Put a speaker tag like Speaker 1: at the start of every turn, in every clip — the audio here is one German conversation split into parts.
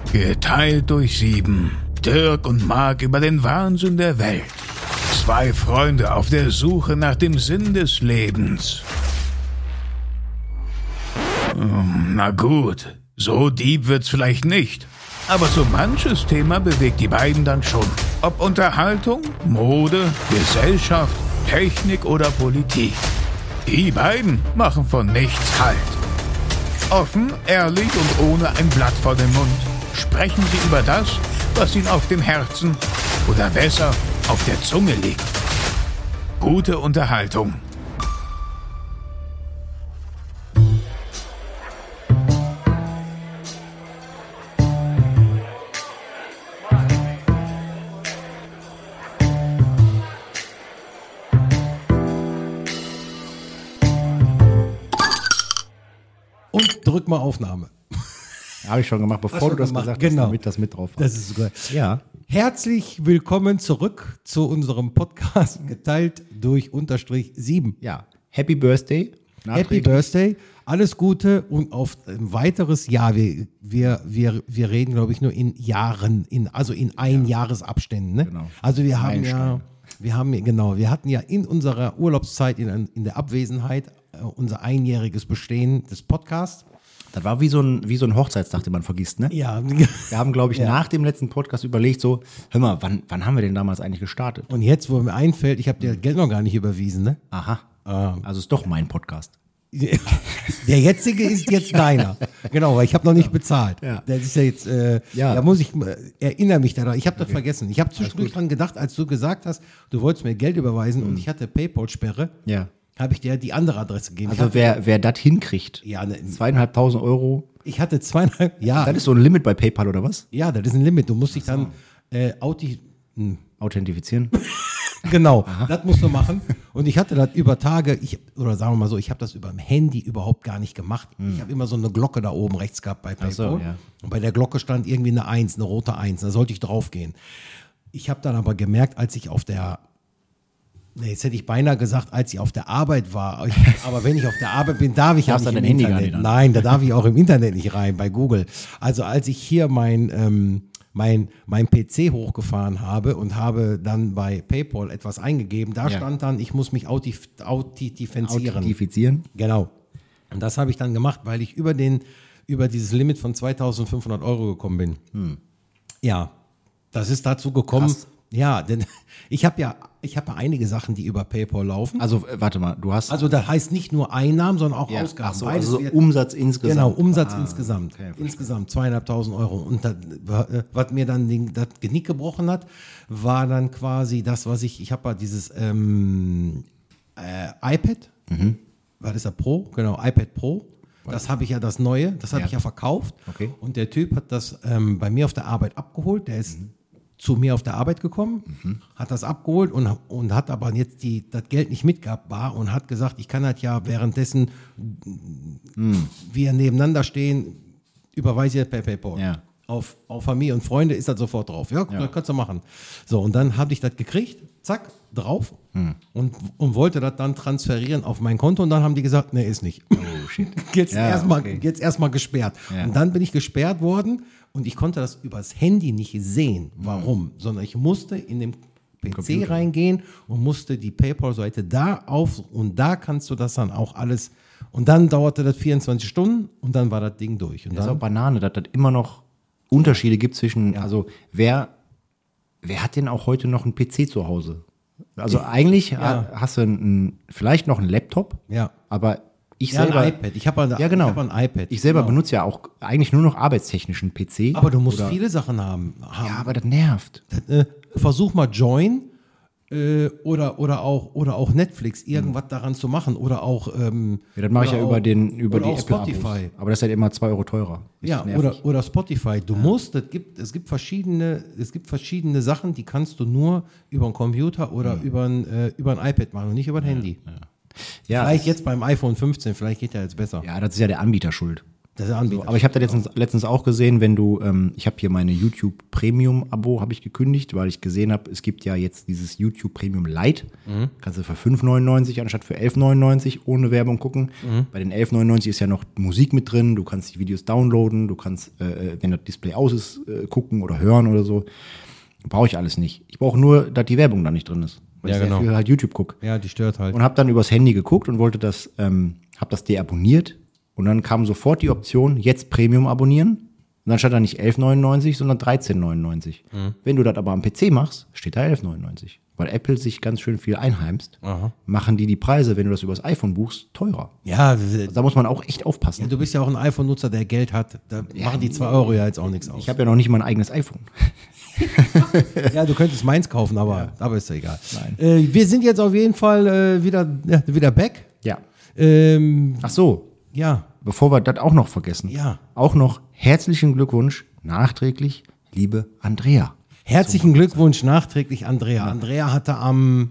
Speaker 1: Geteilt durch 7. Dirk und Marc über den Wahnsinn der Welt. 2 Freunde auf der Suche nach dem Sinn des Lebens. Na gut, so deep wird's vielleicht nicht. Aber so manches Thema bewegt die beiden dann schon. Ob Unterhaltung, Mode, Gesellschaft, Technik oder Politik. Die beiden machen von nichts Halt. Offen, ehrlich und ohne ein Blatt vor dem Mund sprechen sie über das, was ihnen auf dem Herzen oder besser auf der Zunge liegt. Gute Unterhaltung.
Speaker 2: Und drück mal Aufnahme.
Speaker 3: Habe ich schon gemacht, bevor du das gesagt hast, damit das mit drauf war.
Speaker 2: Das ist sogar.
Speaker 3: Ja.
Speaker 2: Herzlich willkommen zurück zu unserem Podcast geteilt durch _7.
Speaker 3: Ja. Happy Birthday.
Speaker 2: Happy Birthday. Alles Gute und auf ein weiteres Jahr. Wir reden, glaube ich, nur in Jahren, also in Einjahresabständen. Ne?
Speaker 3: Genau.
Speaker 2: Also wir hatten ja in unserer Urlaubszeit, in der Abwesenheit, unser einjähriges Bestehen des Podcasts.
Speaker 3: Das war wie so ein Hochzeitstag, den man vergisst, ne?
Speaker 2: Ja.
Speaker 3: Wir haben, glaube ich, nach dem letzten Podcast überlegt, so, hör mal, wann haben wir denn damals eigentlich gestartet?
Speaker 2: Und jetzt, wo mir einfällt, ich habe dir Geld noch gar nicht überwiesen, ne?
Speaker 3: Aha. Also ist doch mein Podcast.
Speaker 2: Der jetzige ist jetzt deiner. Genau, weil ich habe noch nicht bezahlt.
Speaker 3: Ja.
Speaker 2: Das ist ja jetzt, da muss ich, erinnere mich daran. Ich habe das vergessen. Ich habe zwischendurch dran gedacht, als du gesagt hast, du wolltest mir Geld überweisen und ich hatte PayPal-Sperre.
Speaker 3: Ja.
Speaker 2: Habe ich dir die andere Adresse gegeben.
Speaker 3: Also wer das hinkriegt,
Speaker 2: ja,
Speaker 3: 2.500 Euro.
Speaker 2: Ich hatte 2,5, ja.
Speaker 3: Das ist so ein Limit bei PayPal oder was?
Speaker 2: Ja, das ist ein Limit. Du musst dich dann
Speaker 3: Authentifizieren.
Speaker 2: Genau, das musst du machen. Und ich hatte das über Tage, oder sagen wir mal so, ich habe das über dem Handy überhaupt gar nicht gemacht. Ich habe immer so eine Glocke da oben rechts gehabt bei PayPal.
Speaker 3: So, ja.
Speaker 2: Und bei der Glocke stand irgendwie eine 1, eine rote 1. Da sollte ich draufgehen. Ich habe dann aber gemerkt, als ich jetzt hätte ich beinahe gesagt, als ich auf der Arbeit war. Aber wenn ich auf der Arbeit bin, darf ich ja nicht im
Speaker 3: Handy
Speaker 2: Internet.
Speaker 3: gar nicht an.
Speaker 2: Nein, da darf ich auch im Internet nicht rein, bei Google. Also als ich hier mein PC hochgefahren habe und habe dann bei PayPal etwas eingegeben, da stand dann, ich muss mich authentifizieren.
Speaker 3: Genau.
Speaker 2: Und das habe ich dann gemacht, weil ich über dieses Limit von 2.500 Euro gekommen bin. Ja, das ist dazu gekommen.
Speaker 3: Krass.
Speaker 2: Ja, denn ich habe ja einige Sachen, die über PayPal laufen.
Speaker 3: Also, warte mal, du hast...
Speaker 2: Also das heißt nicht nur Einnahmen, sondern auch Ausgaben.
Speaker 3: Ach so, also Umsatz insgesamt.
Speaker 2: Genau, Umsatz insgesamt.
Speaker 3: Okay,
Speaker 2: insgesamt 2.500 Euro. Und was mir dann das Genick gebrochen hat, war dann quasi das, was ich habe ja dieses iPad, was ist das, Pro? Genau, iPad Pro. Das habe ich ja, das Neue, das habe ich ja verkauft.
Speaker 3: Okay.
Speaker 2: Und der Typ hat das bei mir auf der Arbeit abgeholt. Der ist zu mir auf der Arbeit gekommen, hat das abgeholt und hat aber jetzt das Geld nicht mitgehabt und hat gesagt, ich kann das ja währenddessen wir nebeneinander stehen, überweise ich per PayPal.
Speaker 3: Ja.
Speaker 2: Auf Familie und Freunde ist das sofort drauf. Ja, das kannst du machen. So, und dann habe ich das gekriegt, zack, drauf und wollte das dann transferieren auf mein Konto und dann haben die gesagt, nee, ist nicht.
Speaker 3: Oh, shit.
Speaker 2: Jetzt erstmal gesperrt.
Speaker 3: Ja.
Speaker 2: Und dann bin ich gesperrt worden und ich konnte das übers Handy nicht sehen. Warum? Sondern ich musste in den PC reingehen und musste die PayPal-Seite da auf und da kannst du das dann auch alles und dann dauerte das 24 Stunden und dann war das Ding durch. Und
Speaker 3: Das ist
Speaker 2: dann
Speaker 3: auch Banane, dass das immer noch Unterschiede gibt zwischen, also wer hat denn auch heute noch einen PC zu Hause? Also eigentlich hast du vielleicht noch einen Laptop, aber ich selber...
Speaker 2: ein iPad. Ich habe ein iPad.
Speaker 3: Ich selber benutze ja auch eigentlich nur noch arbeitstechnisch PC.
Speaker 2: Aber du musst viele Sachen haben.
Speaker 3: Ja, aber das nervt.
Speaker 2: Versuch mal Join oder auch Netflix, irgendwas daran zu machen. Oder auch
Speaker 3: das mache ich ja über die Apple
Speaker 2: Spotify.
Speaker 3: Aber das ist halt immer 2 Euro teurer.
Speaker 2: Ja, oder Spotify. Es gibt verschiedene Sachen, die kannst du nur über einen Computer oder über ein iPad machen und nicht über ein Handy.
Speaker 3: Ja,
Speaker 2: Vielleicht jetzt beim iPhone 15, vielleicht geht ja jetzt besser.
Speaker 3: Ja, das ist ja der Anbieter schuld.
Speaker 2: Das ist der Anbieter.
Speaker 3: So, aber ich habe da letztens auch gesehen, wenn du, ich habe hier meine YouTube Premium-Abo habe ich gekündigt, weil ich gesehen habe, es gibt ja jetzt dieses YouTube Premium Lite. Kannst du für 5,99 anstatt für 11,99 ohne Werbung gucken. Bei den 11,99 ist ja noch Musik mit drin, du kannst die Videos downloaden, du kannst, wenn das Display aus ist, gucken oder hören oder so. Brauche ich alles nicht. Ich brauche nur, dass die Werbung da nicht drin ist. Weil ich sehr viel halt YouTube gucke.
Speaker 2: Ja, die stört halt.
Speaker 3: Und habe dann übers Handy geguckt und wollte das, habe das deabonniert. Und dann kam sofort die Option, jetzt Premium abonnieren. Und dann stand da nicht 11,99, sondern 13,99. Wenn du das aber am PC machst, steht da 11,99. Weil Apple sich ganz schön viel einheimst, machen die Preise, wenn du das übers iPhone buchst, teurer.
Speaker 2: Ja,
Speaker 3: also da muss man auch echt aufpassen.
Speaker 2: Ja, du bist ja auch ein iPhone-Nutzer, der Geld hat. Da machen die 2 Euro ja jetzt auch nichts aus.
Speaker 3: Ich habe ja noch nicht mal ein eigenes iPhone.
Speaker 2: Ja, du könntest meins kaufen, aber ist ja egal. Wir sind jetzt auf jeden Fall wieder back.
Speaker 3: Ja.
Speaker 2: Ach so. Ja.
Speaker 3: Bevor wir das auch noch vergessen.
Speaker 2: Ja.
Speaker 3: Auch noch herzlichen Glückwunsch nachträglich, liebe Andrea.
Speaker 2: Herzlichen Glückwunsch nachträglich, Andrea. Ja. Andrea hatte am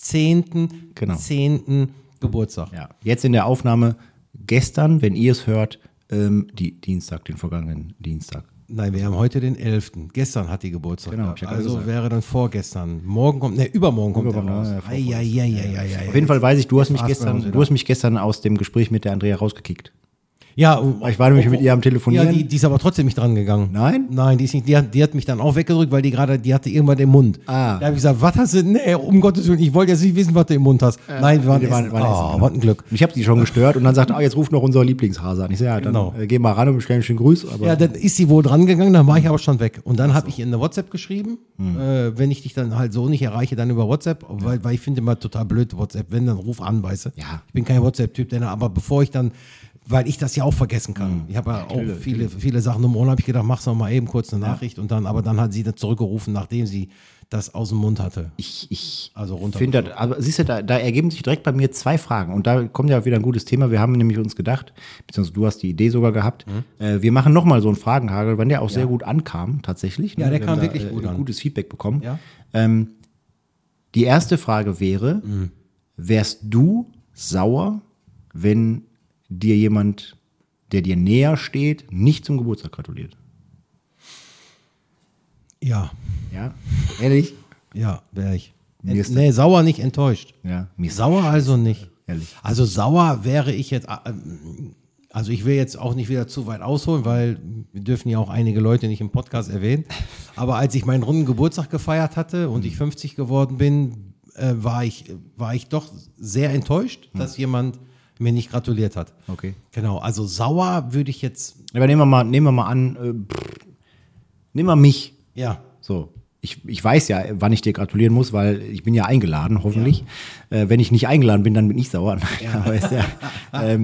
Speaker 2: 10. Geburtstag.
Speaker 3: Ja. Jetzt in der Aufnahme gestern, wenn ihr es hört, den vergangenen Dienstag.
Speaker 2: Nein, wir haben heute den 11. Gestern hat die Geburtstag.
Speaker 3: Genau,
Speaker 2: also wäre dann vorgestern. Übermorgen kommt er raus.
Speaker 3: Auf jeden Fall weiß ich, du hast mich gestern aus dem Gespräch mit der Andrea rausgekickt.
Speaker 2: Ja,
Speaker 3: ich war nämlich mit ihr am Telefonieren.
Speaker 2: Ja, die ist aber trotzdem nicht dran gegangen.
Speaker 3: Nein?
Speaker 2: Nein, die ist nicht. Die hat mich dann auch weggedrückt, weil die hatte irgendwann den Mund. Da habe ich gesagt, was hast du? Nee, um Gottes Willen, ich wollte jetzt nicht wissen, was du im Mund hast. Nein, wir waren essen. Was ein Glück.
Speaker 3: Ich habe die schon gestört und dann sagt, jetzt ruft noch unser Lieblingshase an. Ich sage, ja, dann geh mal ran und bestell einen schönen Gruß. Aber
Speaker 2: ja, dann ist sie wohl dran gegangen, dann war ich aber schon weg. Und dann habe ich ihr eine WhatsApp geschrieben, wenn ich dich dann halt so nicht erreiche, dann über WhatsApp, weil ich finde immer total blöd WhatsApp, wenn, dann ruf an, weißt du.
Speaker 3: Ja.
Speaker 2: Ich bin kein WhatsApp-Typ, aber bevor ich dann, weil ich das ja auch vergessen kann. Ich habe ja auch viele Sachen im Urlaub, habe ich gedacht, mach's noch mal eben kurz eine Nachricht und dann hat sie dann zurückgerufen, nachdem sie das aus dem Mund hatte.
Speaker 3: Ich finde, aber siehst du, da ergeben sich direkt bei mir 2 Fragen und da kommt ja wieder ein gutes Thema. Wir haben nämlich uns gedacht, beziehungsweise du hast die Idee sogar gehabt, wir machen nochmal so einen Fragenhagel, weil der auch sehr gut ankam, tatsächlich.
Speaker 2: Ja, der kam wirklich gut an.
Speaker 3: Gutes Feedback bekommen.
Speaker 2: Ja.
Speaker 3: Die erste Frage wäre, wärst du sauer, wenn dir jemand, der dir näher steht, nicht zum Geburtstag gratuliert?
Speaker 2: Ja.
Speaker 3: Ja? Ehrlich?
Speaker 2: Ja, wäre ich. Nee, sauer nicht, enttäuscht.
Speaker 3: Ja.
Speaker 2: Sauer also nicht.
Speaker 3: Ehrlich.
Speaker 2: Also sauer wäre ich jetzt, also ich will jetzt auch nicht wieder zu weit ausholen, weil wir dürfen ja auch einige Leute nicht im Podcast erwähnen. Aber als ich meinen runden Geburtstag gefeiert hatte und ich 50 geworden bin, war ich doch sehr enttäuscht, dass jemand mir nicht gratuliert hat.
Speaker 3: Okay.
Speaker 2: Genau, also sauer würde ich jetzt.
Speaker 3: Aber nehmen wir mal an, nehmen wir mich.
Speaker 2: Ja.
Speaker 3: So. Ich weiß ja, wann ich dir gratulieren muss, weil ich bin ja eingeladen, hoffentlich. Ja. Wenn ich nicht eingeladen bin, dann bin ich sauer. Ja. Weißt ja.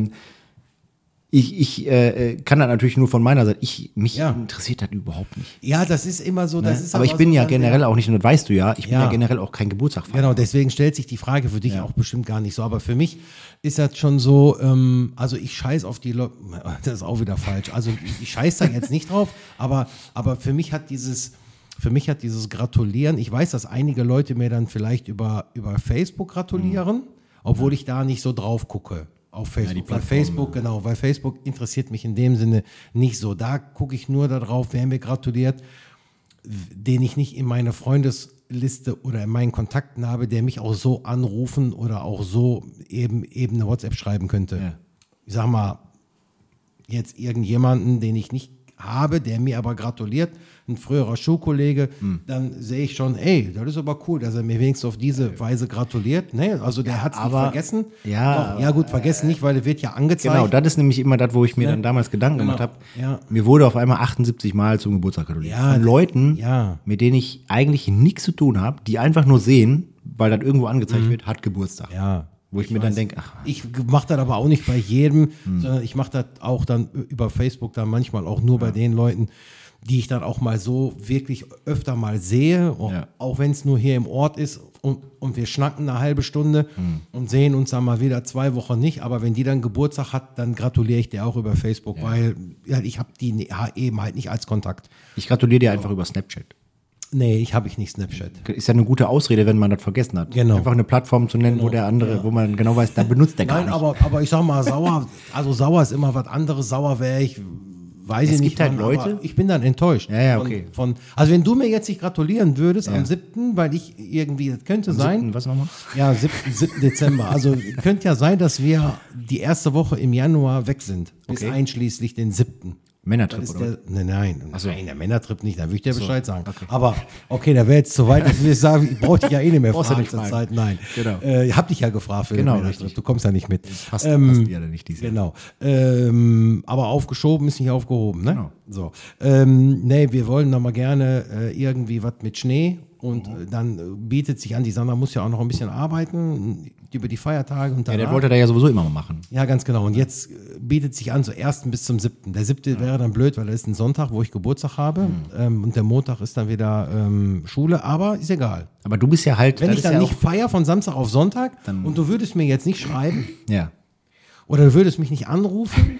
Speaker 3: Ich kann das natürlich nur von meiner Seite. Mich interessiert das überhaupt nicht.
Speaker 2: Ja, das ist immer so. Das ist
Speaker 3: aber ich bin ja generell auch nicht, und das weißt du ja, ich bin ja generell auch kein Geburtstagfeier.
Speaker 2: Genau, deswegen stellt sich die Frage für dich auch bestimmt gar nicht so. Aber für mich ist das schon so, also ich scheiße auf die Leute, das ist auch wieder falsch. Also ich scheiße da jetzt nicht drauf, aber für mich hat dieses Gratulieren, ich weiß, dass einige Leute mir dann vielleicht über Facebook gratulieren, obwohl ich da nicht so drauf gucke. Auf Facebook. Weil Facebook interessiert mich in dem Sinne nicht so. Da gucke ich nur darauf, wer mir gratuliert, den ich nicht in meine Freundesliste oder in meinen Kontakten habe, der mich auch so anrufen oder auch so eben eine WhatsApp schreiben könnte. Ja. Ich sag mal, jetzt irgendjemanden, den ich nicht habe, der mir aber gratuliert, ein früherer Schulkollege, dann sehe ich schon, das ist aber cool, dass er mir wenigstens auf diese Weise gratuliert. Ne? Also der hat es nicht vergessen. Ja gut, vergessen nicht, weil er wird ja angezeigt.
Speaker 3: Genau, das ist nämlich immer das, wo ich mir dann damals Gedanken gemacht habe. Ja. Mir wurde auf einmal 78 Mal zum Geburtstag gratuliert. Ja, von Leuten, mit denen ich eigentlich nichts zu tun habe, die einfach nur sehen, weil das irgendwo angezeigt wird, hat Geburtstag.
Speaker 2: Ja.
Speaker 3: Wo ich mir dann denke,
Speaker 2: ich mache das aber auch nicht bei jedem, sondern ich mache das auch dann über Facebook dann manchmal auch nur bei den Leuten, die ich dann auch mal so wirklich öfter mal sehe, auch wenn es nur hier im Ort ist und wir schnacken eine halbe Stunde und sehen uns dann mal wieder 2 Wochen nicht, aber wenn die dann Geburtstag hat, dann gratuliere ich dir auch über Facebook, weil ich habe die eben halt nicht als Kontakt.
Speaker 3: Ich gratuliere dir einfach über Snapchat.
Speaker 2: Nee, habe ich nicht Snapchat.
Speaker 3: Ist ja eine gute Ausrede, wenn man das vergessen hat.
Speaker 2: Genau.
Speaker 3: Einfach eine Plattform zu nennen, wo der andere, wo man genau weiß, da benutzt der gar
Speaker 2: Nein,
Speaker 3: nicht.
Speaker 2: aber ich sag mal, sauer ist immer was anderes. Sauer wäre ich, weiß ich nicht.
Speaker 3: Es gibt halt
Speaker 2: wann,
Speaker 3: Leute.
Speaker 2: aber ich bin dann enttäuscht.
Speaker 3: Ja, okay.
Speaker 2: Also wenn du mir jetzt nicht gratulieren würdest am 7., weil ich irgendwie, das könnte sein.
Speaker 3: 7., was nochmal?
Speaker 2: Ja, 7. Dezember. Also könnte ja sein, dass wir die erste Woche im Januar weg sind. Bis einschließlich den 7.
Speaker 3: Männertrip, oder?
Speaker 2: Nein, der Männertrip nicht, da würde ich dir Bescheid sagen. Okay. Aber okay, da wäre jetzt zu weit, dass wir sagen, ich brauche dich ja eh nicht mehr fragen zur Zeit. Nein,
Speaker 3: genau.
Speaker 2: Hab dich ja gefragt für den Männertrip, du kommst ja nicht mit.
Speaker 3: Passt ja nicht dieses
Speaker 2: Jahr. Aber aufgeschoben ist nicht aufgehoben, ne?
Speaker 3: Genau.
Speaker 2: So. Nee, wir wollen noch mal gerne irgendwie was mit Schnee und dann bietet sich an, die Sandra muss ja auch noch ein bisschen arbeiten über die Feiertage und danach.
Speaker 3: Ja, der wollte da ja sowieso immer mal machen.
Speaker 2: Ja, ganz genau. Und jetzt bietet sich an, so 1. bis zum 7. Der 7. wäre dann blöd, weil das ist ein Sonntag, wo ich Geburtstag habe. Und der Montag ist dann wieder Schule, aber ist egal.
Speaker 3: Aber du bist ja halt.
Speaker 2: Wenn ich dann nicht feiere von Samstag auf Sonntag und du würdest mir jetzt nicht schreiben oder du würdest mich nicht anrufen,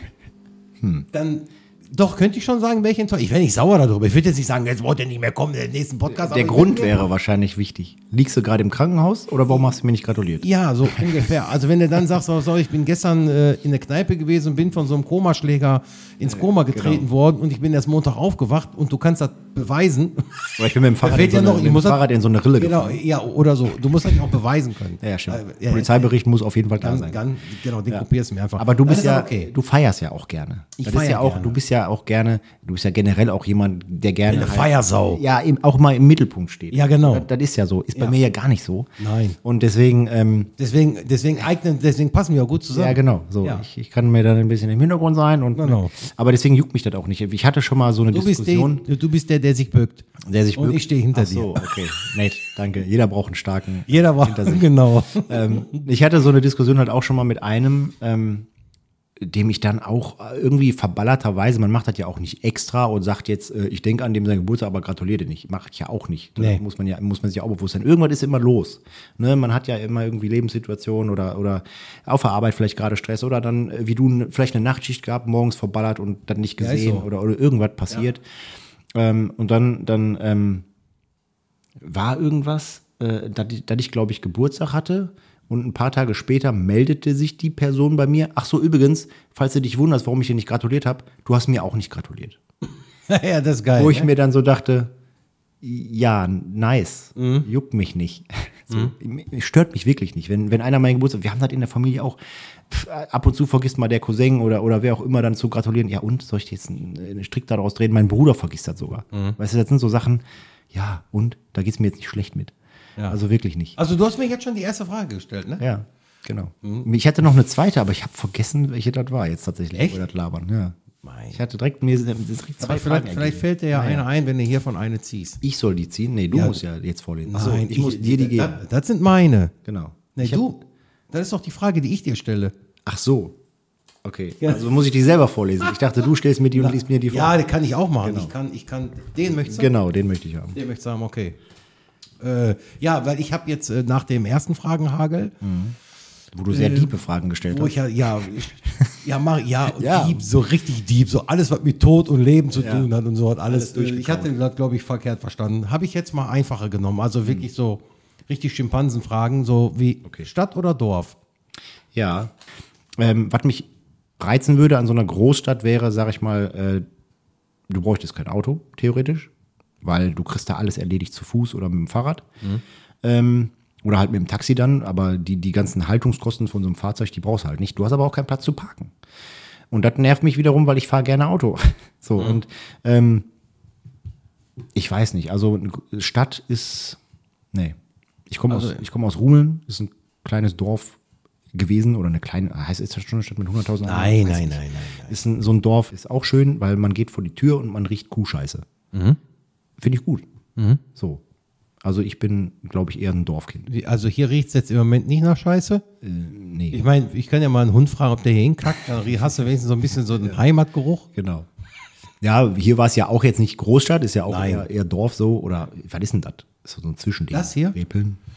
Speaker 2: dann doch, könnte ich schon sagen, welche enttäuscht. Ich wäre nicht sauer darüber. Ich würde jetzt nicht sagen, jetzt wollt ihr nicht mehr kommen in den nächsten Podcast.
Speaker 3: Der Grund wäre wahrscheinlich wichtig. Liegst du gerade im Krankenhaus oder warum hast du mir nicht gratuliert?
Speaker 2: Ja, so ungefähr. Also wenn du dann sagst, ich bin gestern in der Kneipe gewesen und bin von so einem Komaschläger ins Koma getreten worden und ich bin erst Montag aufgewacht und du kannst das beweisen.
Speaker 3: Oder ich bin mit dem Fahrrad, in so eine Rille gefahren.
Speaker 2: Ja, oder so. Du musst das auch beweisen können.
Speaker 3: Ja, stimmt. Polizeibericht muss auf jeden Fall da sein.
Speaker 2: Genau, den kopierst du mir einfach.
Speaker 3: Aber du bist du feierst ja auch gerne. Du bist ja generell auch jemand, der gerne
Speaker 2: eine Feiersau.
Speaker 3: Ja, eben auch mal im Mittelpunkt steht.
Speaker 2: Ja, genau.
Speaker 3: Das ist ja so. Ist bei mir ja gar nicht so.
Speaker 2: Nein.
Speaker 3: Und deswegen
Speaker 2: deswegen passen wir auch gut zusammen.
Speaker 3: Ja, genau. So, ja. Ich kann mir dann ein bisschen im Hintergrund sein
Speaker 2: genau.
Speaker 3: Aber deswegen juckt mich das auch nicht. Ich hatte schon mal so eine Diskussion.
Speaker 2: Du bist der sich bückt.
Speaker 3: Und
Speaker 2: ich stehe hinter dir.
Speaker 3: So, okay. Nate, danke. Jeder braucht einen starken.
Speaker 2: Jeder braucht genau.
Speaker 3: Ich hatte so eine Diskussion halt auch schon mal mit einem, dem ich dann auch irgendwie verballerterweise, man macht das ja auch nicht extra und sagt jetzt, ich denke an dem sein Geburtstag, aber gratuliere dir nicht. Mache ich ja auch nicht.
Speaker 2: Nee.
Speaker 3: Muss man sich ja auch bewusst sein. Irgendwas ist immer los. Ne? Man hat ja immer irgendwie Lebenssituationen oder auf der Arbeit vielleicht gerade Stress oder dann, wie du, vielleicht eine Nachtschicht gehabt, morgens verballert und dann nicht gesehen oder irgendwas passiert. Ja. Und dann war irgendwas, dass ich, glaube ich, Geburtstag hatte. Und ein paar Tage später meldete sich die Person bei mir. Ach so, übrigens, falls du dich wunderst, warum ich dir nicht gratuliert habe, du hast mir auch nicht gratuliert.
Speaker 2: Ja, das ist geil.
Speaker 3: Wo ich mir dann so dachte, ja, nice, juckt mich nicht. So, stört mich wirklich nicht. Wenn einer meinen Geburtstag, wir haben das in der Familie auch, ab und zu vergisst mal der Cousin oder wer auch immer dann zu gratulieren. Ja und, soll ich jetzt einen Strick daraus drehen? Mein Bruder vergisst das sogar. Weißt du, das sind so Sachen, ja und, da geht's mir jetzt nicht schlecht mit. Ja. Also wirklich nicht.
Speaker 2: Also du hast mir jetzt schon die erste Frage gestellt, ne?
Speaker 3: Ja, genau. Ich hatte noch eine zweite, aber ich habe vergessen, welche das war jetzt tatsächlich.
Speaker 2: Echt?
Speaker 3: Das Labern, ja.
Speaker 2: Ich
Speaker 3: hatte direkt zwei Fragen.
Speaker 2: Vielleicht fällt dir ja eine ein, wenn du hiervon eine ziehst.
Speaker 3: Ich soll die ziehen? Nee, du musst ja jetzt vorlesen.
Speaker 2: Achso,
Speaker 3: ich muss dir die geben.
Speaker 2: Das sind meine.
Speaker 3: Genau.
Speaker 2: Nee, das ist doch die Frage, die ich dir stelle.
Speaker 3: Ach so. Okay, also muss ich die selber vorlesen. Ich dachte, du stellst mir die und liest mir die vor.
Speaker 2: Ja, das kann ich auch machen.
Speaker 3: Genau.
Speaker 2: Ich kann, den möchtest du?
Speaker 3: Genau, den möchte ich haben.
Speaker 2: Den möchtest du haben, okay. Ja, weil ich habe jetzt nach dem ersten Fragenhagel,
Speaker 3: wo du sehr tiefe Fragen gestellt hast.
Speaker 2: Deep, so richtig deep, so alles, was mit Tod und Leben zu tun hat und so hat alles. Ich hatte das, glaube ich, verkehrt verstanden. Habe ich jetzt mal einfacher genommen, also wirklich so richtig Schimpansenfragen, so wie Stadt oder Dorf?
Speaker 3: Ja, was mich reizen würde an so einer Großstadt wäre, sag ich mal, du bräuchtest kein Auto, theoretisch. Weil du kriegst da alles erledigt zu Fuß oder mit dem Fahrrad. Oder halt mit dem Taxi dann, aber die ganzen Haltungskosten von so einem Fahrzeug, die brauchst du halt nicht. Du hast aber auch keinen Platz zu parken. Und das nervt mich wiederum, weil ich fahre gerne Auto. So, und ich weiß nicht, also Stadt ist, nee. Ich komme aus Rumeln, ist ein kleines Dorf gewesen oder eine kleine, ist das schon eine Stadt mit 100.000
Speaker 2: Nein.
Speaker 3: Ist so ein Dorf, ist auch schön, weil man geht vor die Tür und man riecht Kuhscheiße. Finde ich gut. So. Also ich bin, glaube ich, eher ein Dorfkind.
Speaker 2: Also hier riecht es jetzt im Moment nicht nach Scheiße?
Speaker 3: Nee.
Speaker 2: Ich meine, ich kann ja mal einen Hund fragen, ob der hier hinkackt. Dann hast du wenigstens so ein bisschen so einen Heimatgeruch.
Speaker 3: Genau. Ja, hier war es ja auch jetzt nicht Großstadt, ist ja auch eher Dorf so. Oder was ist denn das? Ist so ein Zwischending.
Speaker 2: Das hier?
Speaker 3: Repeln.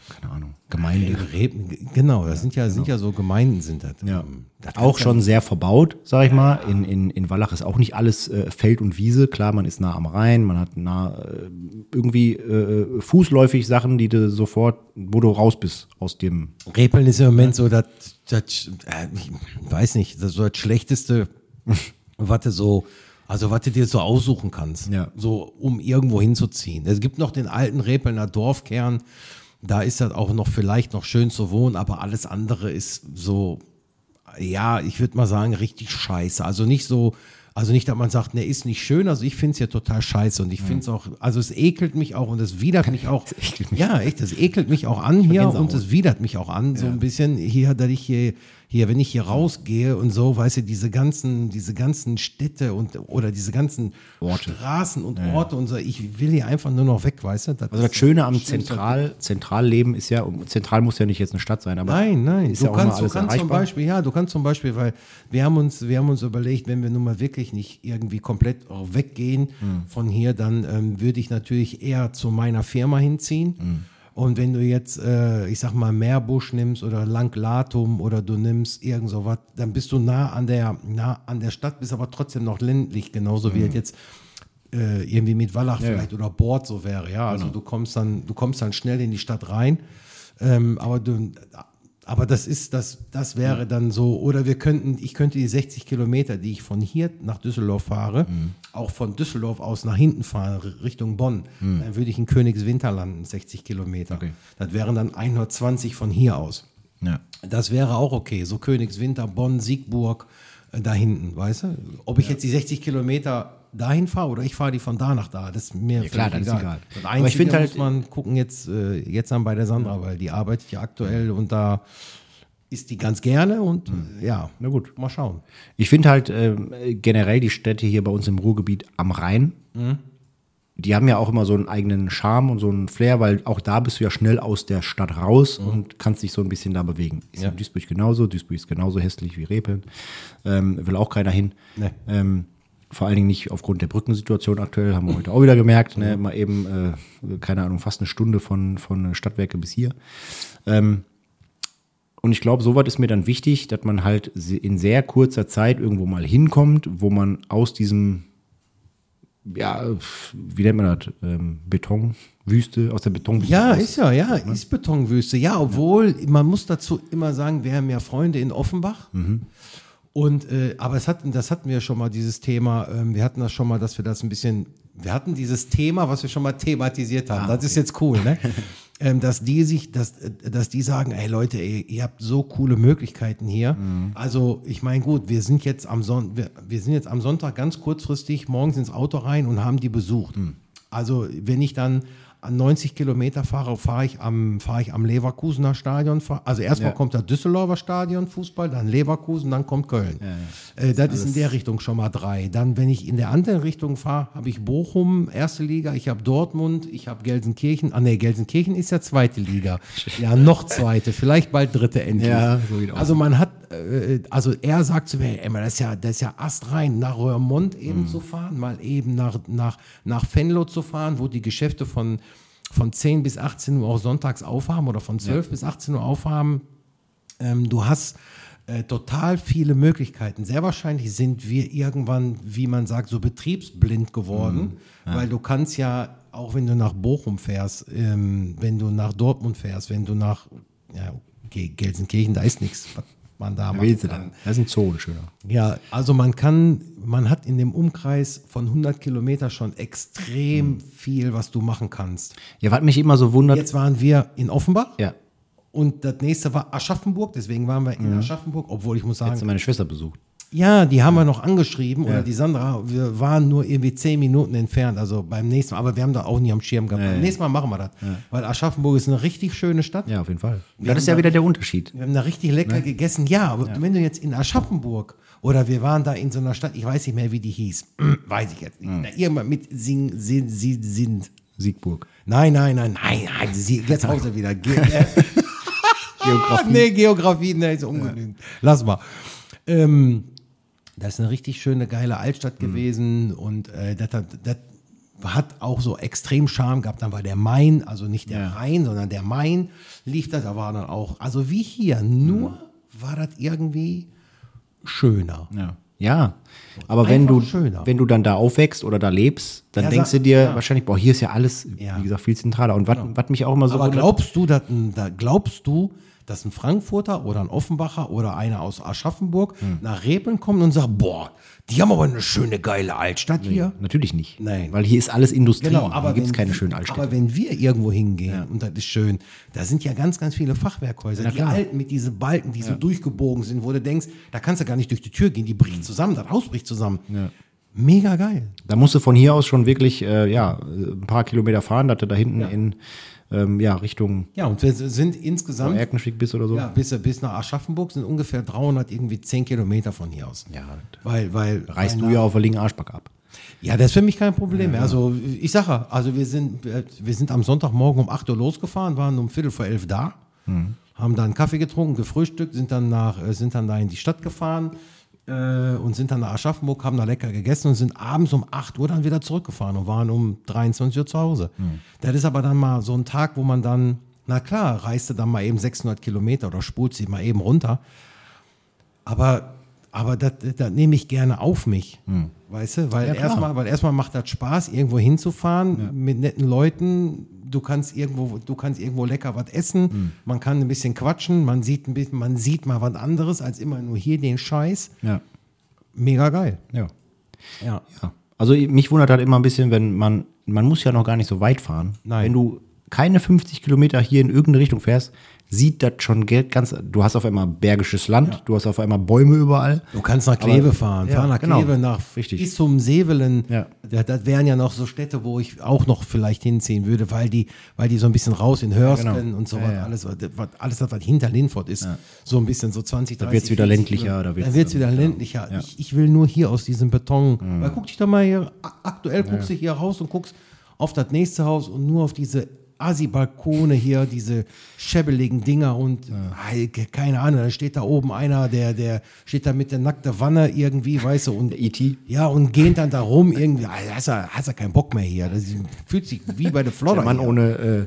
Speaker 3: keine Ahnung, Gemeinde.
Speaker 2: Genau, das sind ja so Gemeinden sind das.
Speaker 3: Ja.
Speaker 2: Das
Speaker 3: Auch schon sehr verbaut, sag ich mal. In Wallach ist auch nicht alles Feld und Wiese. Klar, man ist nah am Rhein, man hat irgendwie fußläufig Sachen, die du sofort, wo du raus bist aus dem.
Speaker 2: Repeln ist im Moment so ich weiß nicht, das ist so das Schlechteste, was du dir so aussuchen kannst, so um irgendwo hinzuziehen. Es gibt noch den alten Repelner Dorfkern, da ist das auch noch vielleicht noch schön zu wohnen, aber alles andere ist so, ja, ich würde mal sagen, richtig scheiße. Also nicht, dass man sagt, ne, ist nicht schön. Also ich finde es ja total scheiße und ich finde es auch, also es ekelt mich auch und es widert mich auch. Ja, echt, es ekelt mich auch an hier und es widert mich auch an, so ein bisschen hier, dass ich hier, wenn ich hier rausgehe und so, weißt du, diese ganzen Städte oder diese ganzen Straßen und Orte und so, ich will hier einfach nur noch weg, weißt du.
Speaker 3: Also das Schöne am Zentralleben ist ja, zentral muss ja nicht jetzt eine Stadt sein, aber
Speaker 2: nein,
Speaker 3: ist ja auch mal alles erreichbar.
Speaker 2: Du kannst zum Beispiel, weil wir haben uns überlegt, wenn wir nun mal wirklich nicht irgendwie komplett weggehen von hier, dann würde ich natürlich eher zu meiner Firma hinziehen. Und wenn du jetzt, ich sag mal, Meerbusch nimmst oder Langlatum oder du nimmst irgend sowas, dann bist du nah an der Stadt, bist aber trotzdem noch ländlich, genauso wie jetzt irgendwie mit Wallach vielleicht oder Bord so wäre. Ja, also du kommst dann schnell in die Stadt rein, aber das wäre dann so, oder ich könnte die 60 Kilometer, die ich von hier nach Düsseldorf fahre, auch von Düsseldorf aus nach hinten fahren, Richtung Bonn. Dann würde ich in Königswinter landen, 60 Kilometer. Okay. Das wären dann 120 von hier aus. Ja. Das wäre auch okay, so Königswinter, Bonn, Siegburg, da hinten, weißt du? Ob ich jetzt die 60 Kilometer dahin fahre oder ich fahre die von da nach da, das ist mir
Speaker 3: klar, das ist egal.
Speaker 2: Das Einzige, aber ich finde halt, muss man gucken jetzt an bei der Sandra, weil die arbeitet ja aktuell und da ist die ganz gerne und na gut, mal schauen.
Speaker 3: Ich finde halt generell die Städte hier bei uns im Ruhrgebiet am Rhein, die haben ja auch immer so einen eigenen Charme und so einen Flair, weil auch da bist du ja schnell aus der Stadt raus und kannst dich so ein bisschen da bewegen. Ist in Duisburg genauso. Duisburg ist genauso hässlich wie Repeln. Will auch keiner hin. Nee. Vor allen Dingen nicht aufgrund der Brückensituation aktuell, haben wir heute auch wieder gemerkt. Ne? Mal eben, keine Ahnung, fast eine Stunde von Stadtwerke bis hier. Und ich glaube, sowas ist mir dann wichtig, dass man halt in sehr kurzer Zeit irgendwo mal hinkommt, wo man aus diesem, wie nennt man das, Betonwüste, aus der Betonwüste
Speaker 2: ist Betonwüste. Ja, obwohl, man muss dazu immer sagen, wir haben ja Freunde in Offenbach. Und, aber das hatten wir schon mal, dieses Thema, wir hatten das schon mal, dass wir das ein bisschen, wir hatten dieses Thema, was wir schon mal thematisiert haben, das ist jetzt cool, ne? Dass die sagen, ey Leute, ihr habt so coole Möglichkeiten hier. Also ich meine, gut, wir sind jetzt am Sonntag ganz kurzfristig morgens ins Auto rein und haben die besucht. Also wenn ich dann an 90 Kilometer fahre ich am Leverkusener Stadion. Also erstmal kommt das Düsseldorfer Stadion Fußball, dann Leverkusen, dann kommt Köln. Das ist in der Richtung schon mal 3. Dann, wenn ich in der anderen Richtung fahre, habe ich Bochum, 1. Liga, ich habe Dortmund, ich habe Gelsenkirchen. Gelsenkirchen ist ja 2. Liga. Ja, noch 2., vielleicht bald 3. endlich. Ja, so geht auch. Also man hat, er sagt zu mir, ey, das ist ja astrein, nach Roermond eben zu fahren, mal eben nach Venlo zu fahren, wo die Geschäfte von 10 bis 18 Uhr auch sonntags aufhaben oder von 12 bis 18 Uhr aufhaben. Du hast total viele Möglichkeiten. Sehr wahrscheinlich sind wir irgendwann, wie man sagt, so betriebsblind geworden, weil du kannst ja, auch wenn du nach Bochum fährst, wenn du nach Dortmund fährst, wenn du nach Gelsenkirchen, da ist nichts, was man da macht.
Speaker 3: Das ist ein Zoo, ein schöner.
Speaker 2: Ja, also man hat in dem Umkreis von 100 Kilometer schon extrem viel, was du machen kannst.
Speaker 3: Ja, was mich immer so wundert.
Speaker 2: Jetzt waren wir in Offenbach.
Speaker 3: Ja.
Speaker 2: Und das nächste war Aschaffenburg, deswegen waren wir in Aschaffenburg, obwohl ich muss sagen.
Speaker 3: Hättest du meine Schwester besucht?
Speaker 2: Ja, die haben wir noch angeschrieben, oder die Sandra, wir waren nur irgendwie 10 Minuten entfernt, also beim nächsten Mal, aber wir haben da auch nie am Schirm gehabt. Beim nächsten Mal machen wir das, weil Aschaffenburg ist eine richtig schöne Stadt.
Speaker 3: Ja, auf jeden Fall. Das ist ja wieder der Unterschied.
Speaker 2: Wir haben da richtig lecker gegessen, ja, aber wenn du jetzt in Aschaffenburg, oder wir waren da in so einer Stadt, ich weiß nicht mehr, wie die hieß, weiß ich jetzt nicht, irgendwann mit
Speaker 3: Siegburg.
Speaker 2: Nein, jetzt haut er wieder. Geografie. Geografie, ist ungenügend. Lass mal. Das ist eine richtig schöne, geile Altstadt gewesen und hat auch so extrem Charme gehabt. Dann war der Main, also nicht der Rhein, sondern der Main lief da war dann auch, also wie hier, nur war das irgendwie schöner.
Speaker 3: Ja, aber wenn du dann da aufwächst oder da lebst, dann denkst du dir wahrscheinlich, boah, hier ist ja alles, wie gesagt, viel zentraler. Und was mich auch immer so
Speaker 2: aber glaubst du, dass ein Frankfurter oder ein Offenbacher oder einer aus Aschaffenburg nach Repeln kommt und sagt, boah, die haben aber eine schöne, geile Altstadt hier?
Speaker 3: Natürlich nicht.
Speaker 2: Nein.
Speaker 3: Weil hier ist alles Industrie.
Speaker 2: Genau, aber
Speaker 3: hier gibt es keine schönen Altstädte.
Speaker 2: Aber wenn wir irgendwo hingehen und das ist schön, da sind ja ganz, ganz viele Fachwerkhäuser. Die alten mit diesen Balken, die so durchgebogen sind, wo du denkst, da kannst du gar nicht durch die Tür gehen, die bricht zusammen, das Haus bricht zusammen. Ja. Mega geil.
Speaker 3: Da musst du von hier aus schon wirklich ein paar Kilometer fahren, dass du da hinten in Richtung.
Speaker 2: Ja, und wir sind insgesamt.
Speaker 3: Erkenschwick bis oder so.
Speaker 2: Ja, bis nach Aschaffenburg sind ungefähr 10 Kilometer von hier aus.
Speaker 3: Ja,
Speaker 2: weil
Speaker 3: reißt du ja auf der linken Arschback ab.
Speaker 2: Ja, das ist für mich kein Problem. Ja. Also, ich sage, also wir sind am Sonntagmorgen um 8 Uhr losgefahren, waren um 11:15 da, haben dann einen Kaffee getrunken, gefrühstückt, sind dann da in die Stadt gefahren. Und sind dann nach Aschaffenburg, haben da lecker gegessen und sind abends um 8 Uhr dann wieder zurückgefahren und waren um 23 Uhr zu Hause. Das ist aber dann mal so ein Tag, wo man dann, na klar, reiste dann mal eben 600 Kilometer oder spult sie mal eben runter. Aber das nehme ich gerne auf mich, weißt du? Weil erstmal macht das Spaß, irgendwo hinzufahren mit netten Leuten. Du kannst irgendwo lecker was essen, man kann ein bisschen quatschen, man sieht mal was anderes als immer nur hier den Scheiß.
Speaker 3: Ja.
Speaker 2: Mega geil.
Speaker 3: Ja. Also mich wundert halt immer ein bisschen, wenn man muss ja noch gar nicht so weit fahren.
Speaker 2: Nein.
Speaker 3: Wenn du keine 50 Kilometer hier in irgendeine Richtung fährst, sieht das schon ganz, du hast auf einmal bergisches Land, du hast auf einmal Bäume überall.
Speaker 2: Du kannst nach Kleve fahren, fahr nach Kleve, nach Issum, Sevelen. Ja. Das wären ja noch so Städte, wo ich auch noch vielleicht hinziehen würde, weil die so ein bisschen raus in Hörsken und so alles, was hinter Linford ist, so ein bisschen so 20, 30.
Speaker 3: Da wird es wieder ländlicher.
Speaker 2: Da wird es wieder ländlicher. Ja. Ich will nur hier aus diesem Beton, weil guck dich doch mal hier, aktuell guckst du hier raus und guckst auf das nächste Haus und nur auf diese Assi-Balkone hier, diese schäbeligen Dinger und keine Ahnung, da steht da oben einer, der steht da mit der nackten Wanne irgendwie, weißt du, und
Speaker 3: E.T.
Speaker 2: Ja, und geht dann da rum irgendwie, hast du keinen Bock mehr hier. Das fühlt sich wie bei der Flodder.
Speaker 3: Der Mann
Speaker 2: ohne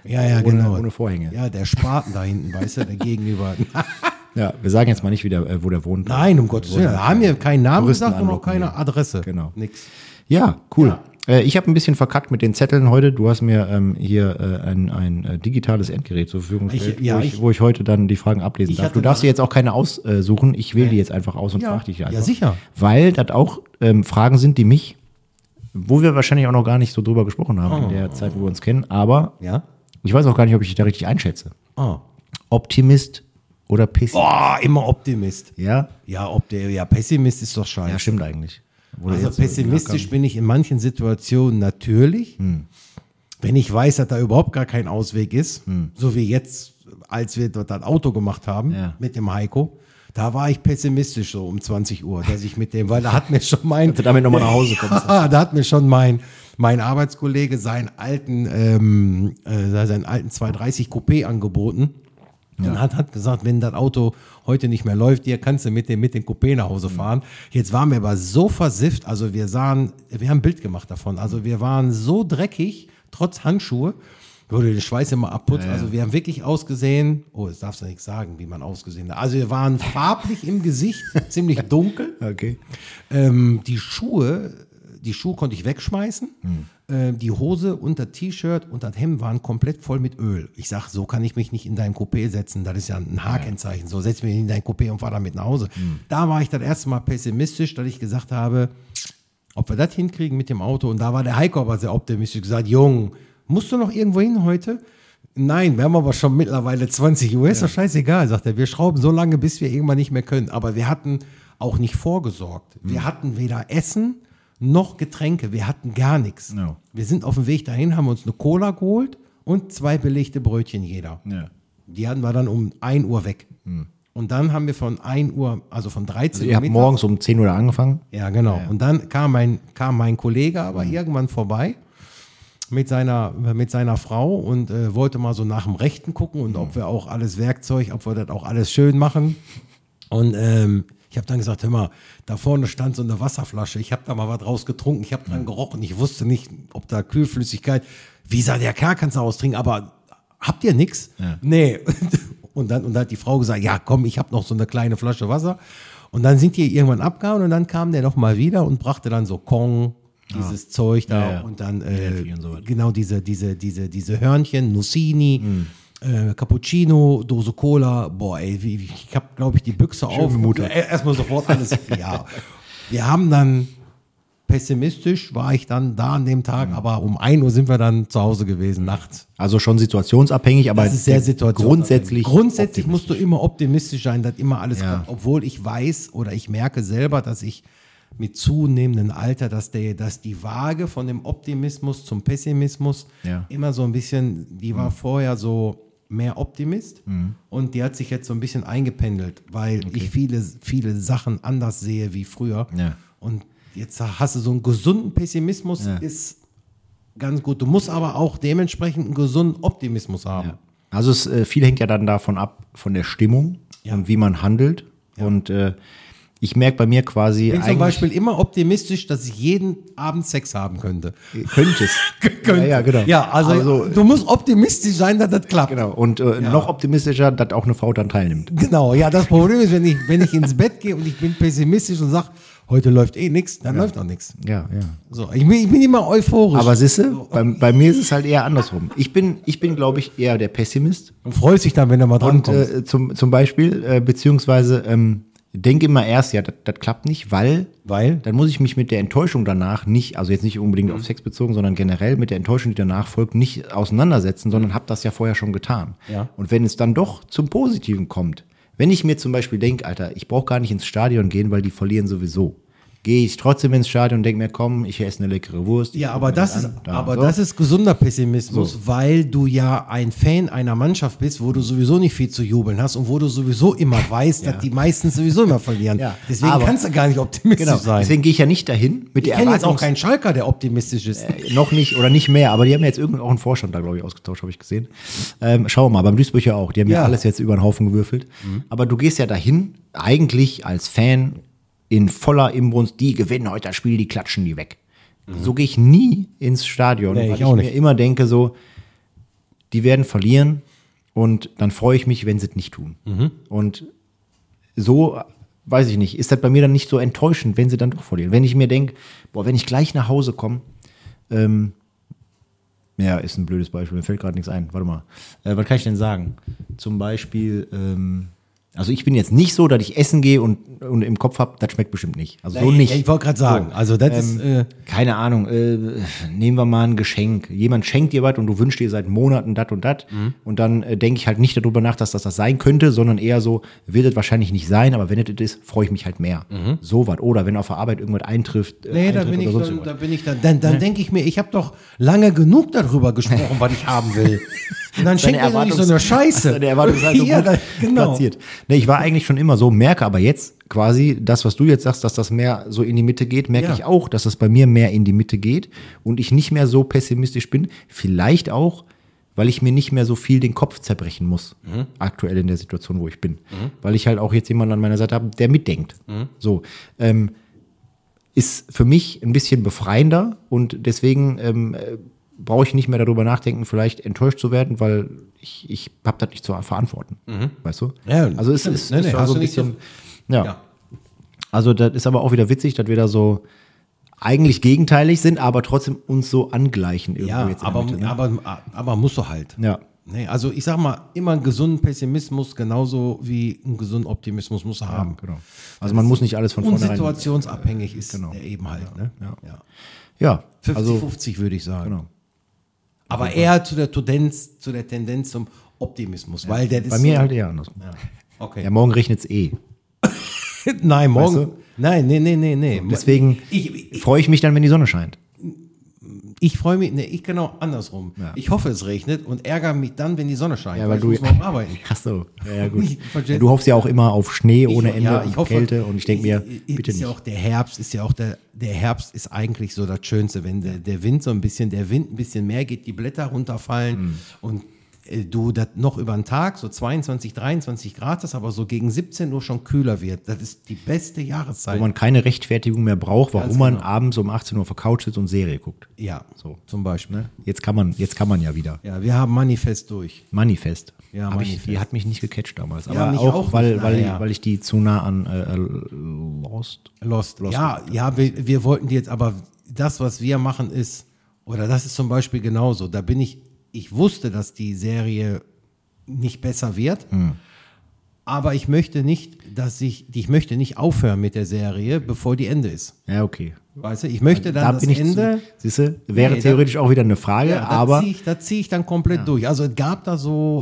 Speaker 3: Vorhänge.
Speaker 2: Ja, der Spaten da hinten, weißt du, der Gegenüber.
Speaker 3: Ja, wir sagen jetzt mal nicht wieder, wo der wohnt.
Speaker 2: Nein, um Gottes Willen. Da haben wir keinen Namen gesagt und auch keine Adresse.
Speaker 3: Genau.
Speaker 2: Nix.
Speaker 3: Ja, cool. Ja. Ich habe ein bisschen verkackt mit den Zetteln heute. Du hast mir hier ein digitales Endgerät zur Verfügung gestellt, wo ich heute dann die Fragen ablesen darf. Du darfst dir jetzt auch keine aussuchen. Ich wähle die jetzt einfach aus und frage dich einfach.
Speaker 2: Ja, sicher.
Speaker 3: Weil das auch Fragen sind, wo wir wahrscheinlich auch noch gar nicht so drüber gesprochen haben in der Zeit, wo wir uns kennen. Aber ich weiß auch gar nicht, ob ich dich da richtig einschätze. Optimist oder Pessimist?
Speaker 2: Boah, immer Optimist.
Speaker 3: Ja?
Speaker 2: Ja, Pessimist ist doch scheiße.
Speaker 3: Ja, stimmt eigentlich.
Speaker 2: Also pessimistisch bin ich in manchen Situationen natürlich, wenn ich weiß, dass da überhaupt gar kein Ausweg ist, so wie jetzt, als wir dort das Auto gemacht haben mit dem Heiko, da war ich pessimistisch so um 20 Uhr, dass ich mit dem, weil da hat mir schon
Speaker 3: dass du damit nochmal nach Hause kommst.
Speaker 2: Da hat mir schon mein Arbeitskollege seinen alten 230 Coupé angeboten. Und hat gesagt, wenn das Auto heute nicht mehr läuft, hier kannst du mit dem Coupé nach Hause fahren. Jetzt waren wir aber so versifft, also wir haben ein Bild gemacht davon. Also wir waren so dreckig, trotz Handschuhe, wo du den Schweiß immer abputzt. Ja. Also wir haben wirklich ausgesehen, das darfst du nicht sagen, wie man ausgesehen hat. Also wir waren farblich im Gesicht, ziemlich dunkel.
Speaker 3: Okay.
Speaker 2: Die Schuhe konnte ich wegschmeißen. Die Hose und das T-Shirt und das Hemd waren komplett voll mit Öl. Ich sag, so kann ich mich nicht in dein Coupé setzen. Das ist ja ein H-Kennzeichen. So, setz mich in dein Coupé und fahr damit nach Hause. Da war ich das erste Mal pessimistisch, dass ich gesagt habe, ob wir das hinkriegen mit dem Auto. Und da war der Heiko aber sehr optimistisch. Gesagt, Jung, musst du noch irgendwo hin heute? Nein, wir haben aber schon mittlerweile 20 Uhr. Ist doch scheißegal, sagt er. Wir schrauben so lange, bis wir irgendwann nicht mehr können. Aber wir hatten auch nicht vorgesorgt. Wir hatten weder Essen noch Getränke, wir hatten gar nichts. No. Wir sind auf dem Weg dahin, haben uns eine Cola geholt und 2 belegte Brötchen jeder. Ja. Die hatten wir dann um 1 Uhr weg. Und dann haben wir von 1 Uhr, also von 13 Uhr.
Speaker 3: Ihr habt morgens um 10 Uhr angefangen?
Speaker 2: Ja, genau. Ja. Und dann kam mein Kollege aber irgendwann vorbei mit seiner Frau und wollte mal so nach dem Rechten gucken und ob wir auch alles Werkzeug, ob wir das auch alles schön machen. Und Ich habe dann gesagt, hör mal, da vorne stand so eine Wasserflasche, ich habe da mal was draus getrunken, ich habe dran gerochen, ich wusste nicht, ob da Kühlflüssigkeit, wie sagt der Kerl, kannst du austrinken, aber habt ihr nix? Ja. Nee. Und dann hat die Frau gesagt, ja komm, ich habe noch so eine kleine Flasche Wasser. Und dann sind die irgendwann abgehauen und dann kam der noch mal wieder und brachte dann so Kong, dieses Zeug da und dann genau diese Hörnchen, Nussini, Cappuccino, Dose Cola, boah ey, ich habe glaube ich die Büchse auf. Erstmal sofort alles, ja. Wir haben dann, pessimistisch war ich dann da an dem Tag, aber um 1 Uhr sind wir dann zu Hause gewesen, nachts.
Speaker 3: Also schon situationsabhängig, aber
Speaker 2: das ist sehr situationsabhängig. Grundsätzlich musst du immer optimistisch sein, dass immer alles kommt, obwohl ich weiß oder ich merke selber, dass ich mit zunehmendem Alter, dass die Waage von dem Optimismus zum Pessimismus immer so ein bisschen, die war vorher so mehr Optimist und die hat sich jetzt so ein bisschen eingependelt, weil ich viele Sachen anders sehe wie früher. Ja. Und jetzt hast du so einen gesunden Pessimismus, ist ganz gut. Du musst aber auch dementsprechend einen gesunden Optimismus haben. Ja.
Speaker 3: Also viel hängt ja dann davon ab, von der Stimmung und wie man handelt. Ja. Und ich merke bei mir quasi.
Speaker 2: Ich bin zum Beispiel immer optimistisch, dass ich jeden Abend Sex haben könnte.
Speaker 3: Könntest.
Speaker 2: Ja, genau. Ja, also du musst optimistisch sein, dass das klappt.
Speaker 3: Genau. Und noch optimistischer, dass auch eine Frau dann teilnimmt.
Speaker 2: Genau. Ja, das Problem ist, wenn ich ins Bett gehe und ich bin pessimistisch und sage, heute läuft nichts, dann läuft auch nichts.
Speaker 3: Ja.
Speaker 2: So, ich bin immer euphorisch.
Speaker 3: Aber siehste, bei mir ist es halt eher andersrum. Ich bin glaube ich, eher der Pessimist.
Speaker 2: Und freust dich dann, wenn du mal drankommst.
Speaker 3: Und zum Beispiel, beziehungsweise denke immer erst, das klappt nicht, weil dann muss ich mich mit der Enttäuschung danach nicht, also jetzt nicht unbedingt auf Sex bezogen, sondern generell mit der Enttäuschung, die danach folgt, nicht auseinandersetzen, sondern habe das ja vorher schon getan. Ja. Und wenn es dann doch zum Positiven kommt, wenn ich mir zum Beispiel denke, Alter, ich brauche gar nicht ins Stadion gehen, weil die verlieren sowieso, gehe ich trotzdem ins Stadion und denke mir, komm, ich esse eine leckere Wurst.
Speaker 2: Ja, aber das ist gesunder Pessimismus, weil du ja ein Fan einer Mannschaft bist, wo du sowieso nicht viel zu jubeln hast und wo du sowieso immer weißt, dass die meisten sowieso immer verlieren. Ja. Deswegen kannst du gar nicht optimistisch sein.
Speaker 3: Deswegen gehe ich ja nicht dahin mit der Erwartung.
Speaker 2: Ich kenne jetzt auch keinen Schalker, der optimistisch ist.
Speaker 3: Noch nicht oder nicht mehr, aber die haben ja jetzt auch einen Vorstand da, glaube ich, ausgetauscht, habe ich gesehen. Schauen wir mal, beim Duisburger auch. Die haben ja alles jetzt über den Haufen gewürfelt. Aber du gehst ja dahin, eigentlich als Fan, in voller Inbrunst, die gewinnen heute das Spiel, die klatschen die weg. So gehe ich nie ins Stadion, weil ich mir immer denke so, die werden verlieren und dann freue ich mich, wenn sie es nicht tun. Und so, weiß ich nicht, ist das bei mir dann nicht so enttäuschend, wenn sie dann doch verlieren. Wenn ich mir denke, wenn ich gleich nach Hause komme, ist ein blödes Beispiel, mir fällt gerade nichts ein, warte mal. Was kann ich denn sagen? Zum Beispiel, also ich bin jetzt nicht so, dass ich essen gehe und im Kopf habe, das schmeckt bestimmt nicht. Also so nicht.
Speaker 2: Ich wollte gerade sagen, also das ist...
Speaker 3: keine Ahnung, nehmen wir mal ein Geschenk. Jemand schenkt dir was und du wünschst dir seit Monaten das und das. Und dann denke ich halt nicht darüber nach, dass das sein könnte, sondern eher so, wird es wahrscheinlich nicht sein, aber wenn es ist, freue ich mich halt mehr. So was. Oder wenn auf der Arbeit irgendwas eintrifft.
Speaker 2: Da bin ich dann denke ich mir, ich habe doch lange genug darüber gesprochen, was ich haben will. Und dann schenkt mir doch nicht so eine Scheiße.
Speaker 3: Deine Erwartungshaltung platziert. Nee, ich war eigentlich schon immer so, merke aber jetzt quasi das, was du jetzt sagst, dass das mehr so in die Mitte geht, merke ich auch, dass das bei mir mehr in die Mitte geht und ich nicht mehr so pessimistisch bin. Vielleicht auch, weil ich mir nicht mehr so viel den Kopf zerbrechen muss, aktuell in der Situation, wo ich bin. Weil ich halt auch jetzt jemanden an meiner Seite habe, der mitdenkt. So, ist für mich ein bisschen befreiender und deswegen brauche ich nicht mehr darüber nachdenken, vielleicht enttäuscht zu werden, weil ich habe das nicht zu verantworten. Weißt du?
Speaker 2: Ja,
Speaker 3: also es ist so ein bisschen. Ja. Also das ist aber auch wieder witzig, dass wir da so eigentlich gegenteilig sind, aber trotzdem uns so angleichen irgendwo jetzt.
Speaker 2: Aber musst du halt.
Speaker 3: Ja.
Speaker 2: Nee, also ich sag mal, immer einen gesunden Pessimismus genauso wie einen gesunden Optimismus muss er haben.
Speaker 3: Genau. Also man muss nicht alles von vornherein.
Speaker 2: Und situationsabhängig ist der eben halt. Ne?
Speaker 3: Ja.
Speaker 2: 50-50 würde ich sagen. Genau. Aber eher zu der Tendenz zum Optimismus. Weil der
Speaker 3: bei mir halt eher andersrum.
Speaker 2: Ja. Okay.
Speaker 3: Ja, morgen regnet es
Speaker 2: Nein, morgen.
Speaker 3: Weißt du?
Speaker 2: Nein, nee.
Speaker 3: Deswegen freue ich mich dann, wenn die Sonne scheint.
Speaker 2: Ich freue mich, ich genau andersrum. Ja. Ich hoffe, es regnet und ärgere mich dann, wenn die Sonne scheint.
Speaker 3: Ja, weil du
Speaker 2: muss morgen arbeiten.
Speaker 3: Ach so, gut. Du hoffst ja auch immer auf Schnee ohne Ende
Speaker 2: und
Speaker 3: Kälte und ich denke mir, bitte nicht.
Speaker 2: Ja auch der Herbst der Herbst ist eigentlich so das Schönste, wenn der Wind ein bisschen mehr geht, die Blätter runterfallen und du das noch über den Tag, so 22, 23 Grad ist, aber so gegen 17 Uhr schon kühler wird. Das ist die beste Jahreszeit.
Speaker 3: Wo man keine Rechtfertigung mehr braucht, warum
Speaker 2: Ganz
Speaker 3: man
Speaker 2: genau.
Speaker 3: abends um 18 Uhr auf der Couch sitzt und Serie guckt.
Speaker 2: Ja,
Speaker 3: So.
Speaker 2: zum Beispiel.
Speaker 3: Ne? Jetzt kann man ja wieder.
Speaker 2: Ja, wir haben Manifest durch.
Speaker 3: Manifest.
Speaker 2: Ja,
Speaker 3: Die hat mich nicht gecatcht damals.
Speaker 2: Ja,
Speaker 3: Aber
Speaker 2: mich
Speaker 3: auch,
Speaker 2: auch
Speaker 3: weil,
Speaker 2: nicht,
Speaker 3: weil,
Speaker 2: naja.
Speaker 3: weil ich die zu nah an Lost.
Speaker 2: Lost. Ja, wir wollten die jetzt, aber das, was wir machen, ist, oder das ist zum Beispiel genauso. Da bin ich wusste, dass die Serie nicht besser wird, aber ich möchte nicht, ich möchte nicht aufhören mit der Serie, bevor die Ende ist.
Speaker 3: Ja, okay.
Speaker 2: Weißt du, ich möchte dann
Speaker 3: Da
Speaker 2: das
Speaker 3: bin ich
Speaker 2: Ende.
Speaker 3: Siehste, wäre
Speaker 2: Nee,
Speaker 3: theoretisch auch wieder eine Frage,
Speaker 2: Ja,
Speaker 3: aber
Speaker 2: da zieh ich dann komplett durch. Also es gab da so,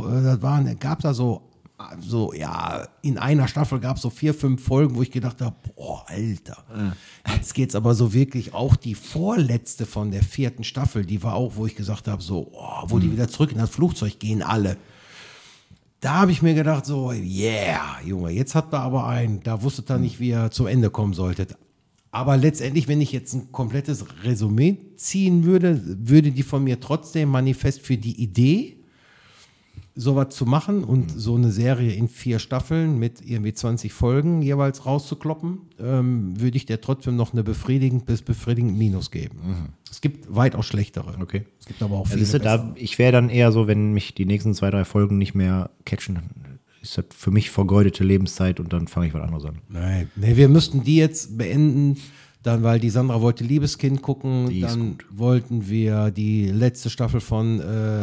Speaker 2: in einer Staffel gab es so 4, 5 Folgen, wo ich gedacht habe, boah, Alter. Jetzt geht's aber so wirklich, auch die vorletzte von der 4. Staffel, die war auch, wo ich gesagt habe, so, wo die wieder zurück in das Flugzeug gehen, alle. Da habe ich mir gedacht, so, yeah, Junge, jetzt habt ihr aber einen, da wusstet ihr nicht, wie ihr zum Ende kommen solltet. Aber letztendlich, wenn ich jetzt ein komplettes Resümee ziehen würde, würde die von mir trotzdem Manifest für die Idee, sowas zu machen und so eine Serie in 4 Staffeln mit irgendwie 20 Folgen jeweils rauszukloppen, würde ich der trotzdem noch eine befriedigend bis befriedigend Minus geben. Es gibt weitaus schlechtere.
Speaker 3: Okay.
Speaker 2: Es gibt aber auch viele
Speaker 3: siehste,
Speaker 2: bessere.
Speaker 3: ich wäre dann eher so, wenn mich die nächsten 2, 3 Folgen nicht mehr catchen, dann ist das für mich vergeudete Lebenszeit und dann fange ich was anderes an.
Speaker 2: Nein, wir müssten die jetzt beenden, dann, weil die Sandra wollte Liebeskind gucken,
Speaker 3: Die ist
Speaker 2: dann
Speaker 3: gut.
Speaker 2: wollten wir die letzte Staffel von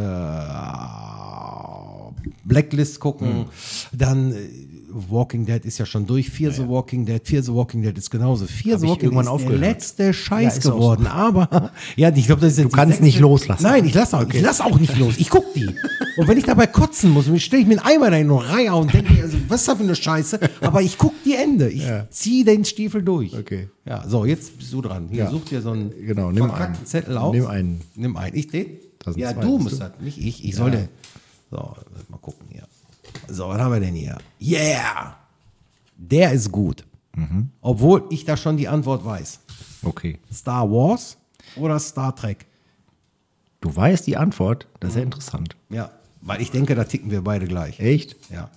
Speaker 2: Blacklist gucken, dann Walking Dead ist ja schon durch, Fear the Walking Dead ist genauso. Fear the
Speaker 3: ich
Speaker 2: Walking
Speaker 3: irgendwann
Speaker 2: Dead ist
Speaker 3: aufgehört.
Speaker 2: der letzte Scheiß
Speaker 3: ist auch
Speaker 2: geworden, aber ja, ich glaube, das ist jetzt
Speaker 3: Du kannst nicht loslassen.
Speaker 2: Nein, ich lass auch nicht los. Ich guck die. Und wenn ich dabei kotzen muss, stelle ich mir einen Eimer da in eine Reihe und denke, also, was ist das für eine Scheiße? Aber ich guck die Ende. Ich ziehe den Stiefel durch.
Speaker 3: Okay.
Speaker 2: Ja, so, jetzt bist du dran. Hier,
Speaker 3: Ja.
Speaker 2: such dir so einen
Speaker 3: Genau, nimm
Speaker 2: verkackten
Speaker 3: einen.
Speaker 2: Zettel auf.
Speaker 3: Nimm einen.
Speaker 2: Nimm einen. Ich den?
Speaker 3: Das sind
Speaker 2: Ja,
Speaker 3: zwei,
Speaker 2: du
Speaker 3: siehst
Speaker 2: musst
Speaker 3: du?
Speaker 2: das, nicht ich. Ich soll den. So, mal gucken hier. So, was haben wir denn hier? Yeah! Der ist gut. Obwohl ich da schon die Antwort weiß.
Speaker 3: Okay.
Speaker 2: Star Wars oder Star Trek?
Speaker 3: Du weißt die Antwort, das ist ja interessant.
Speaker 2: Ja, weil ich denke, da ticken wir beide gleich.
Speaker 3: Echt?
Speaker 2: Ja.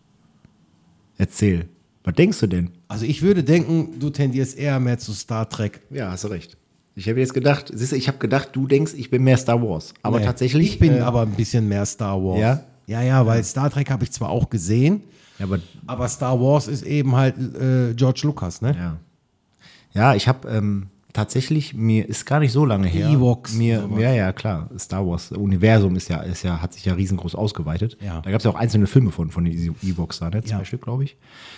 Speaker 3: Erzähl. Was denkst du denn?
Speaker 2: Also ich würde denken, du tendierst eher mehr zu Star Trek.
Speaker 3: Ja, hast du recht. Ich habe jetzt gedacht, siehst du, ich habe gedacht, du denkst, ich bin mehr Star Wars. Aber
Speaker 2: Nee,
Speaker 3: tatsächlich.
Speaker 2: Ich bin aber ein bisschen mehr Star Wars.
Speaker 3: Ja?
Speaker 2: Ja, weil Star Trek habe ich zwar auch gesehen,
Speaker 3: Ja,
Speaker 2: aber Star Wars ist eben halt George Lucas, ne?
Speaker 3: ja. Ja, ich habe tatsächlich, mir ist gar nicht so lange her.
Speaker 2: Ewoks und sowas.
Speaker 3: Ja, klar. Star Wars Universum hat sich ja riesengroß ausgeweitet.
Speaker 2: Ja.
Speaker 3: Da gab es ja auch einzelne Filme von den Ewoks da, ne? 2
Speaker 2: Ja.
Speaker 3: Stück, glaube ich.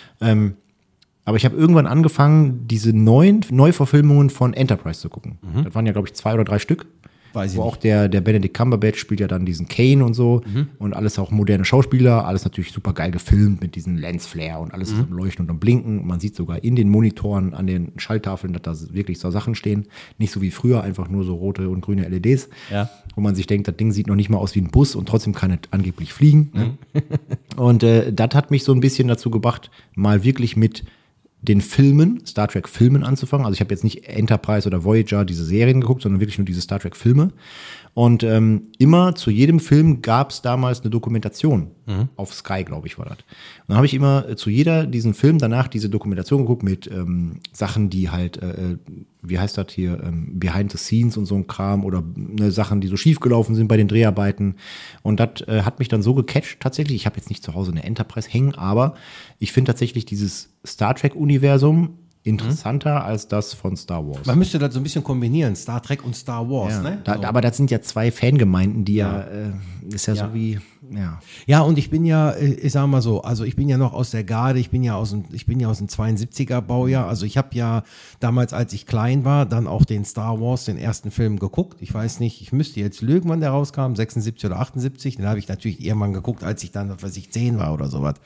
Speaker 3: Aber ich habe irgendwann angefangen, diese Neuverfilmungen von Enterprise zu gucken. Das waren ja, glaube ich, 2 oder 3 Stück.
Speaker 2: Weiß ich
Speaker 3: Wo
Speaker 2: nicht.
Speaker 3: auch der Benedict Cumberbatch spielt ja dann diesen Kane und so. Und alles auch moderne Schauspieler. Alles natürlich super geil gefilmt mit diesem Lensflare und alles am Leuchten und am Blinken. Man sieht sogar in den Monitoren, an den Schalltafeln, dass da wirklich so Sachen stehen. Nicht so wie früher, einfach nur so rote und grüne LEDs.
Speaker 2: Ja.
Speaker 3: Wo man sich denkt, das Ding sieht noch nicht mal aus wie ein Bus und trotzdem kann es angeblich fliegen. Ne? Und das hat mich so ein bisschen dazu gebracht, mal wirklich mit den Filmen, Star Trek Filmen anzufangen. Also ich habe jetzt nicht Enterprise oder Voyager, diese Serien geguckt, sondern wirklich nur diese Star Trek Filme. Und immer zu jedem Film gab es damals eine Dokumentation. Auf Sky, glaube ich, war das. Und dann habe ich immer zu jeder diesen Film danach diese Dokumentation geguckt mit Sachen, die halt, wie heißt das hier, Behind the Scenes und so ein Kram oder Sachen, die so schiefgelaufen sind bei den Dreharbeiten. Und das hat mich dann so gecatcht tatsächlich. Ich habe jetzt nicht zu Hause eine Enterprise hängen, aber ich finde tatsächlich dieses Star Trek-Universum interessanter als das von Star Wars.
Speaker 2: Man müsste das so ein bisschen kombinieren, Star Trek und Star Wars,
Speaker 3: Ja,
Speaker 2: ne?
Speaker 3: aber das sind ja 2 Fangemeinden, die ist ja so wie, ja.
Speaker 2: Ja, und ich bin ja, ich sag mal so, also ich bin ja noch aus der Garde, ich bin ja aus dem 72er Baujahr, also ich habe ja damals, als ich klein war, dann auch den Star Wars, den ersten Film geguckt. Ich weiß nicht, ich müsste jetzt lügen, wann der rauskam, 76 oder 78, den habe ich natürlich irgendwann geguckt, als ich dann, was weiß ich, 10 war oder sowas.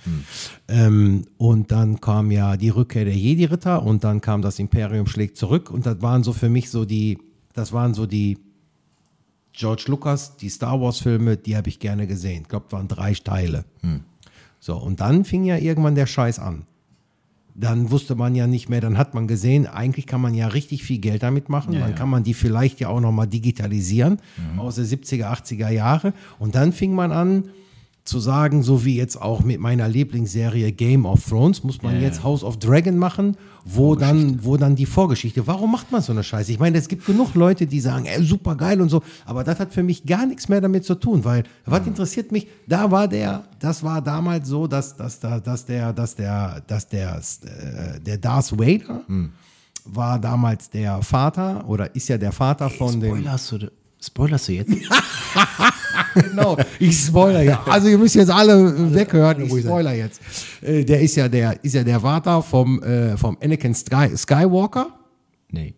Speaker 2: Und dann kam ja die Rückkehr der Jedi-Ritter und dann kam das Imperium schlägt zurück und das waren so für mich so die George Lucas, die Star Wars Filme, die habe ich gerne gesehen. Ich glaube, es waren 3 Teile. So, und dann fing ja irgendwann der Scheiß an. dann wusste man ja nicht mehr, dann hat man gesehen, eigentlich kann man ja richtig viel Geld damit machen. Dann kann man die vielleicht ja auch nochmal digitalisieren aus der 70er, 80er Jahre. Und dann fing man an zu sagen, so wie jetzt auch mit meiner Lieblingsserie Game of Thrones, muss man jetzt House of Dragon machen, wo dann die Vorgeschichte. Warum macht man so eine Scheiße? Ich meine, es gibt genug Leute, die sagen, super geil und so, aber das hat für mich gar nichts mehr damit zu tun, weil was interessiert mich? Das war damals so, dass der Darth Vader war damals der Vater oder ist ja der Vater von dem.
Speaker 3: Spoilerst du jetzt?
Speaker 2: Genau, ich spoiler jetzt. Also ihr müsst jetzt alle weghören, ich spoiler jetzt. Der ist ja der Vater vom Anakin Skywalker.
Speaker 3: Nee.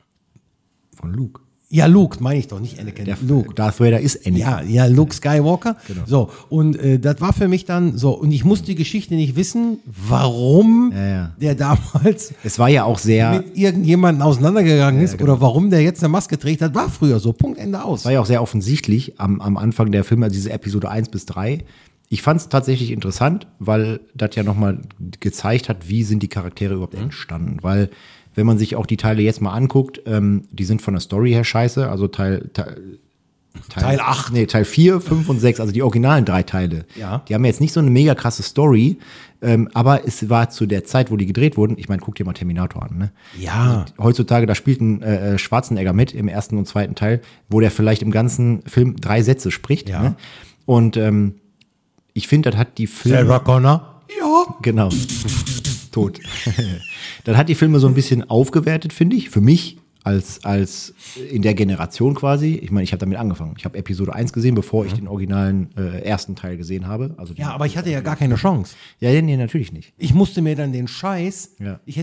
Speaker 3: Von Luke.
Speaker 2: Ja, Luke, meine ich doch, nicht Anakin.
Speaker 3: Luke. Darth Vader ist Anakin.
Speaker 2: Ja, Luke Skywalker.
Speaker 3: Genau.
Speaker 2: So, und das war für mich dann so, und ich musste die Geschichte nicht wissen, warum der damals
Speaker 3: es war ja auch sehr
Speaker 2: mit irgendjemandem auseinandergegangen ist oder warum der jetzt eine Maske trägt. Das war früher so, Punkt, Ende aus.
Speaker 3: Es war ja auch sehr offensichtlich am Anfang der Filme, also diese Episode 1 bis 3. Ich fand es tatsächlich interessant, weil das ja nochmal gezeigt hat, wie sind die Charaktere überhaupt entstanden. Weil wenn man sich auch die Teile jetzt mal anguckt, die sind von der Story her scheiße. Also Teil
Speaker 2: 8.
Speaker 3: Nee, Teil 4, 5 und 6, also die originalen 3 Teile.
Speaker 2: Ja.
Speaker 3: Die haben jetzt nicht so eine mega krasse Story, aber es war zu der Zeit, wo die gedreht wurden, ich meine, guck dir mal Terminator an, ne?
Speaker 2: Ja.
Speaker 3: Also, heutzutage, da spielt ein Schwarzenegger mit im ersten und zweiten Teil, wo der vielleicht im ganzen Film 3 Sätze spricht.
Speaker 2: Ja.
Speaker 3: Ne? Und ich finde, das hat die Filme...
Speaker 2: Sarah Connor?
Speaker 3: Ja. Genau. Tot. Dann hat die Filme so ein bisschen aufgewertet, finde ich, für mich als in der Generation quasi. Ich meine, ich habe damit angefangen. Ich habe Episode 1 gesehen, bevor ich den originalen ersten Teil gesehen habe. Also
Speaker 2: Ja, aber ich hatte ja gar keine Chance.
Speaker 3: Ja, nee, natürlich nicht.
Speaker 2: Ich musste mir dann den Scheiß,
Speaker 3: Ja.
Speaker 2: ich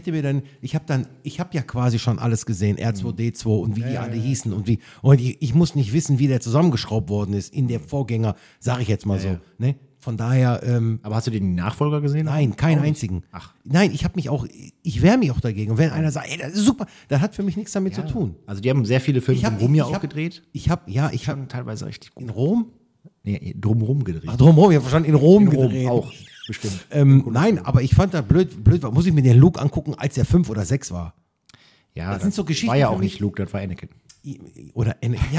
Speaker 2: habe ja quasi schon alles gesehen, R2D2 und wie die alle hießen und ich muss nicht wissen, wie der zusammengeschraubt worden ist in der Vorgänger, sage ich jetzt mal so. Ne? Von daher,
Speaker 3: Aber hast du den Nachfolger gesehen?
Speaker 2: nein, keinen einzigen.
Speaker 3: Ach.
Speaker 2: Nein, ich wehre mich auch dagegen. Und wenn einer sagt, ey, das ist super, das hat für mich nichts damit zu tun.
Speaker 3: Also die haben sehr viele Filme drumherum ja auch gedreht.
Speaker 2: Ich habe
Speaker 3: Teilweise richtig gut.
Speaker 2: in Rom,
Speaker 3: Nee, drumherum gedreht.
Speaker 2: drumherum, ich habe verstanden, in Rom
Speaker 3: Rom
Speaker 2: gedreht.
Speaker 3: auch, bestimmt.
Speaker 2: Nein, aber ich fand das blöd, muss ich mir den Luke angucken, als er 5 oder 6 war.
Speaker 3: Ja,
Speaker 2: das sind so Geschichten
Speaker 3: war ja
Speaker 2: für
Speaker 3: auch
Speaker 2: mich.
Speaker 3: nicht Luke, das war Anakin.
Speaker 2: Oder,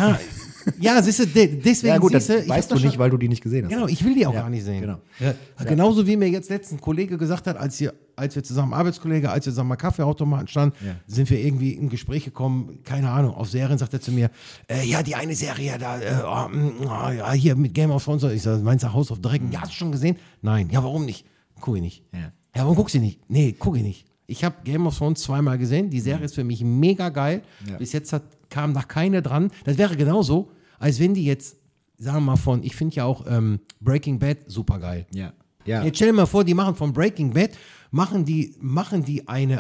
Speaker 2: ja, siehst du, deswegen
Speaker 3: Ja gut, das
Speaker 2: siehst du,
Speaker 3: weißt du nicht, weil du die nicht gesehen hast.
Speaker 2: Genau, ich will die auch gar nicht sehen.
Speaker 3: Genau.
Speaker 2: Ja, genauso wie mir jetzt letztens ein Kollege gesagt hat, als wir zusammen, Arbeitskollege, als wir zusammen mal Kaffeeautomaten standen, sind wir irgendwie im Gespräch gekommen, keine Ahnung, auf Serien, sagt er zu mir, ja, die eine Serie da, hier mit Game of Thrones, ich sag, meinst du House of Dragon? Ja, hast du schon gesehen? Nein. Ja, warum nicht? Guck ich nicht. Ja, warum guckst du nicht? Nee, guck ich nicht. Ich habe Game of Thrones 2-mal gesehen. Die Serie ist für mich mega geil. Ja. Bis jetzt kam noch keine dran. Das wäre genauso, als wenn die jetzt, sagen wir mal ich finde ja auch Breaking Bad super geil.
Speaker 3: Ja.
Speaker 2: Jetzt stell dir mal vor, die machen von Breaking Bad, machen die eine,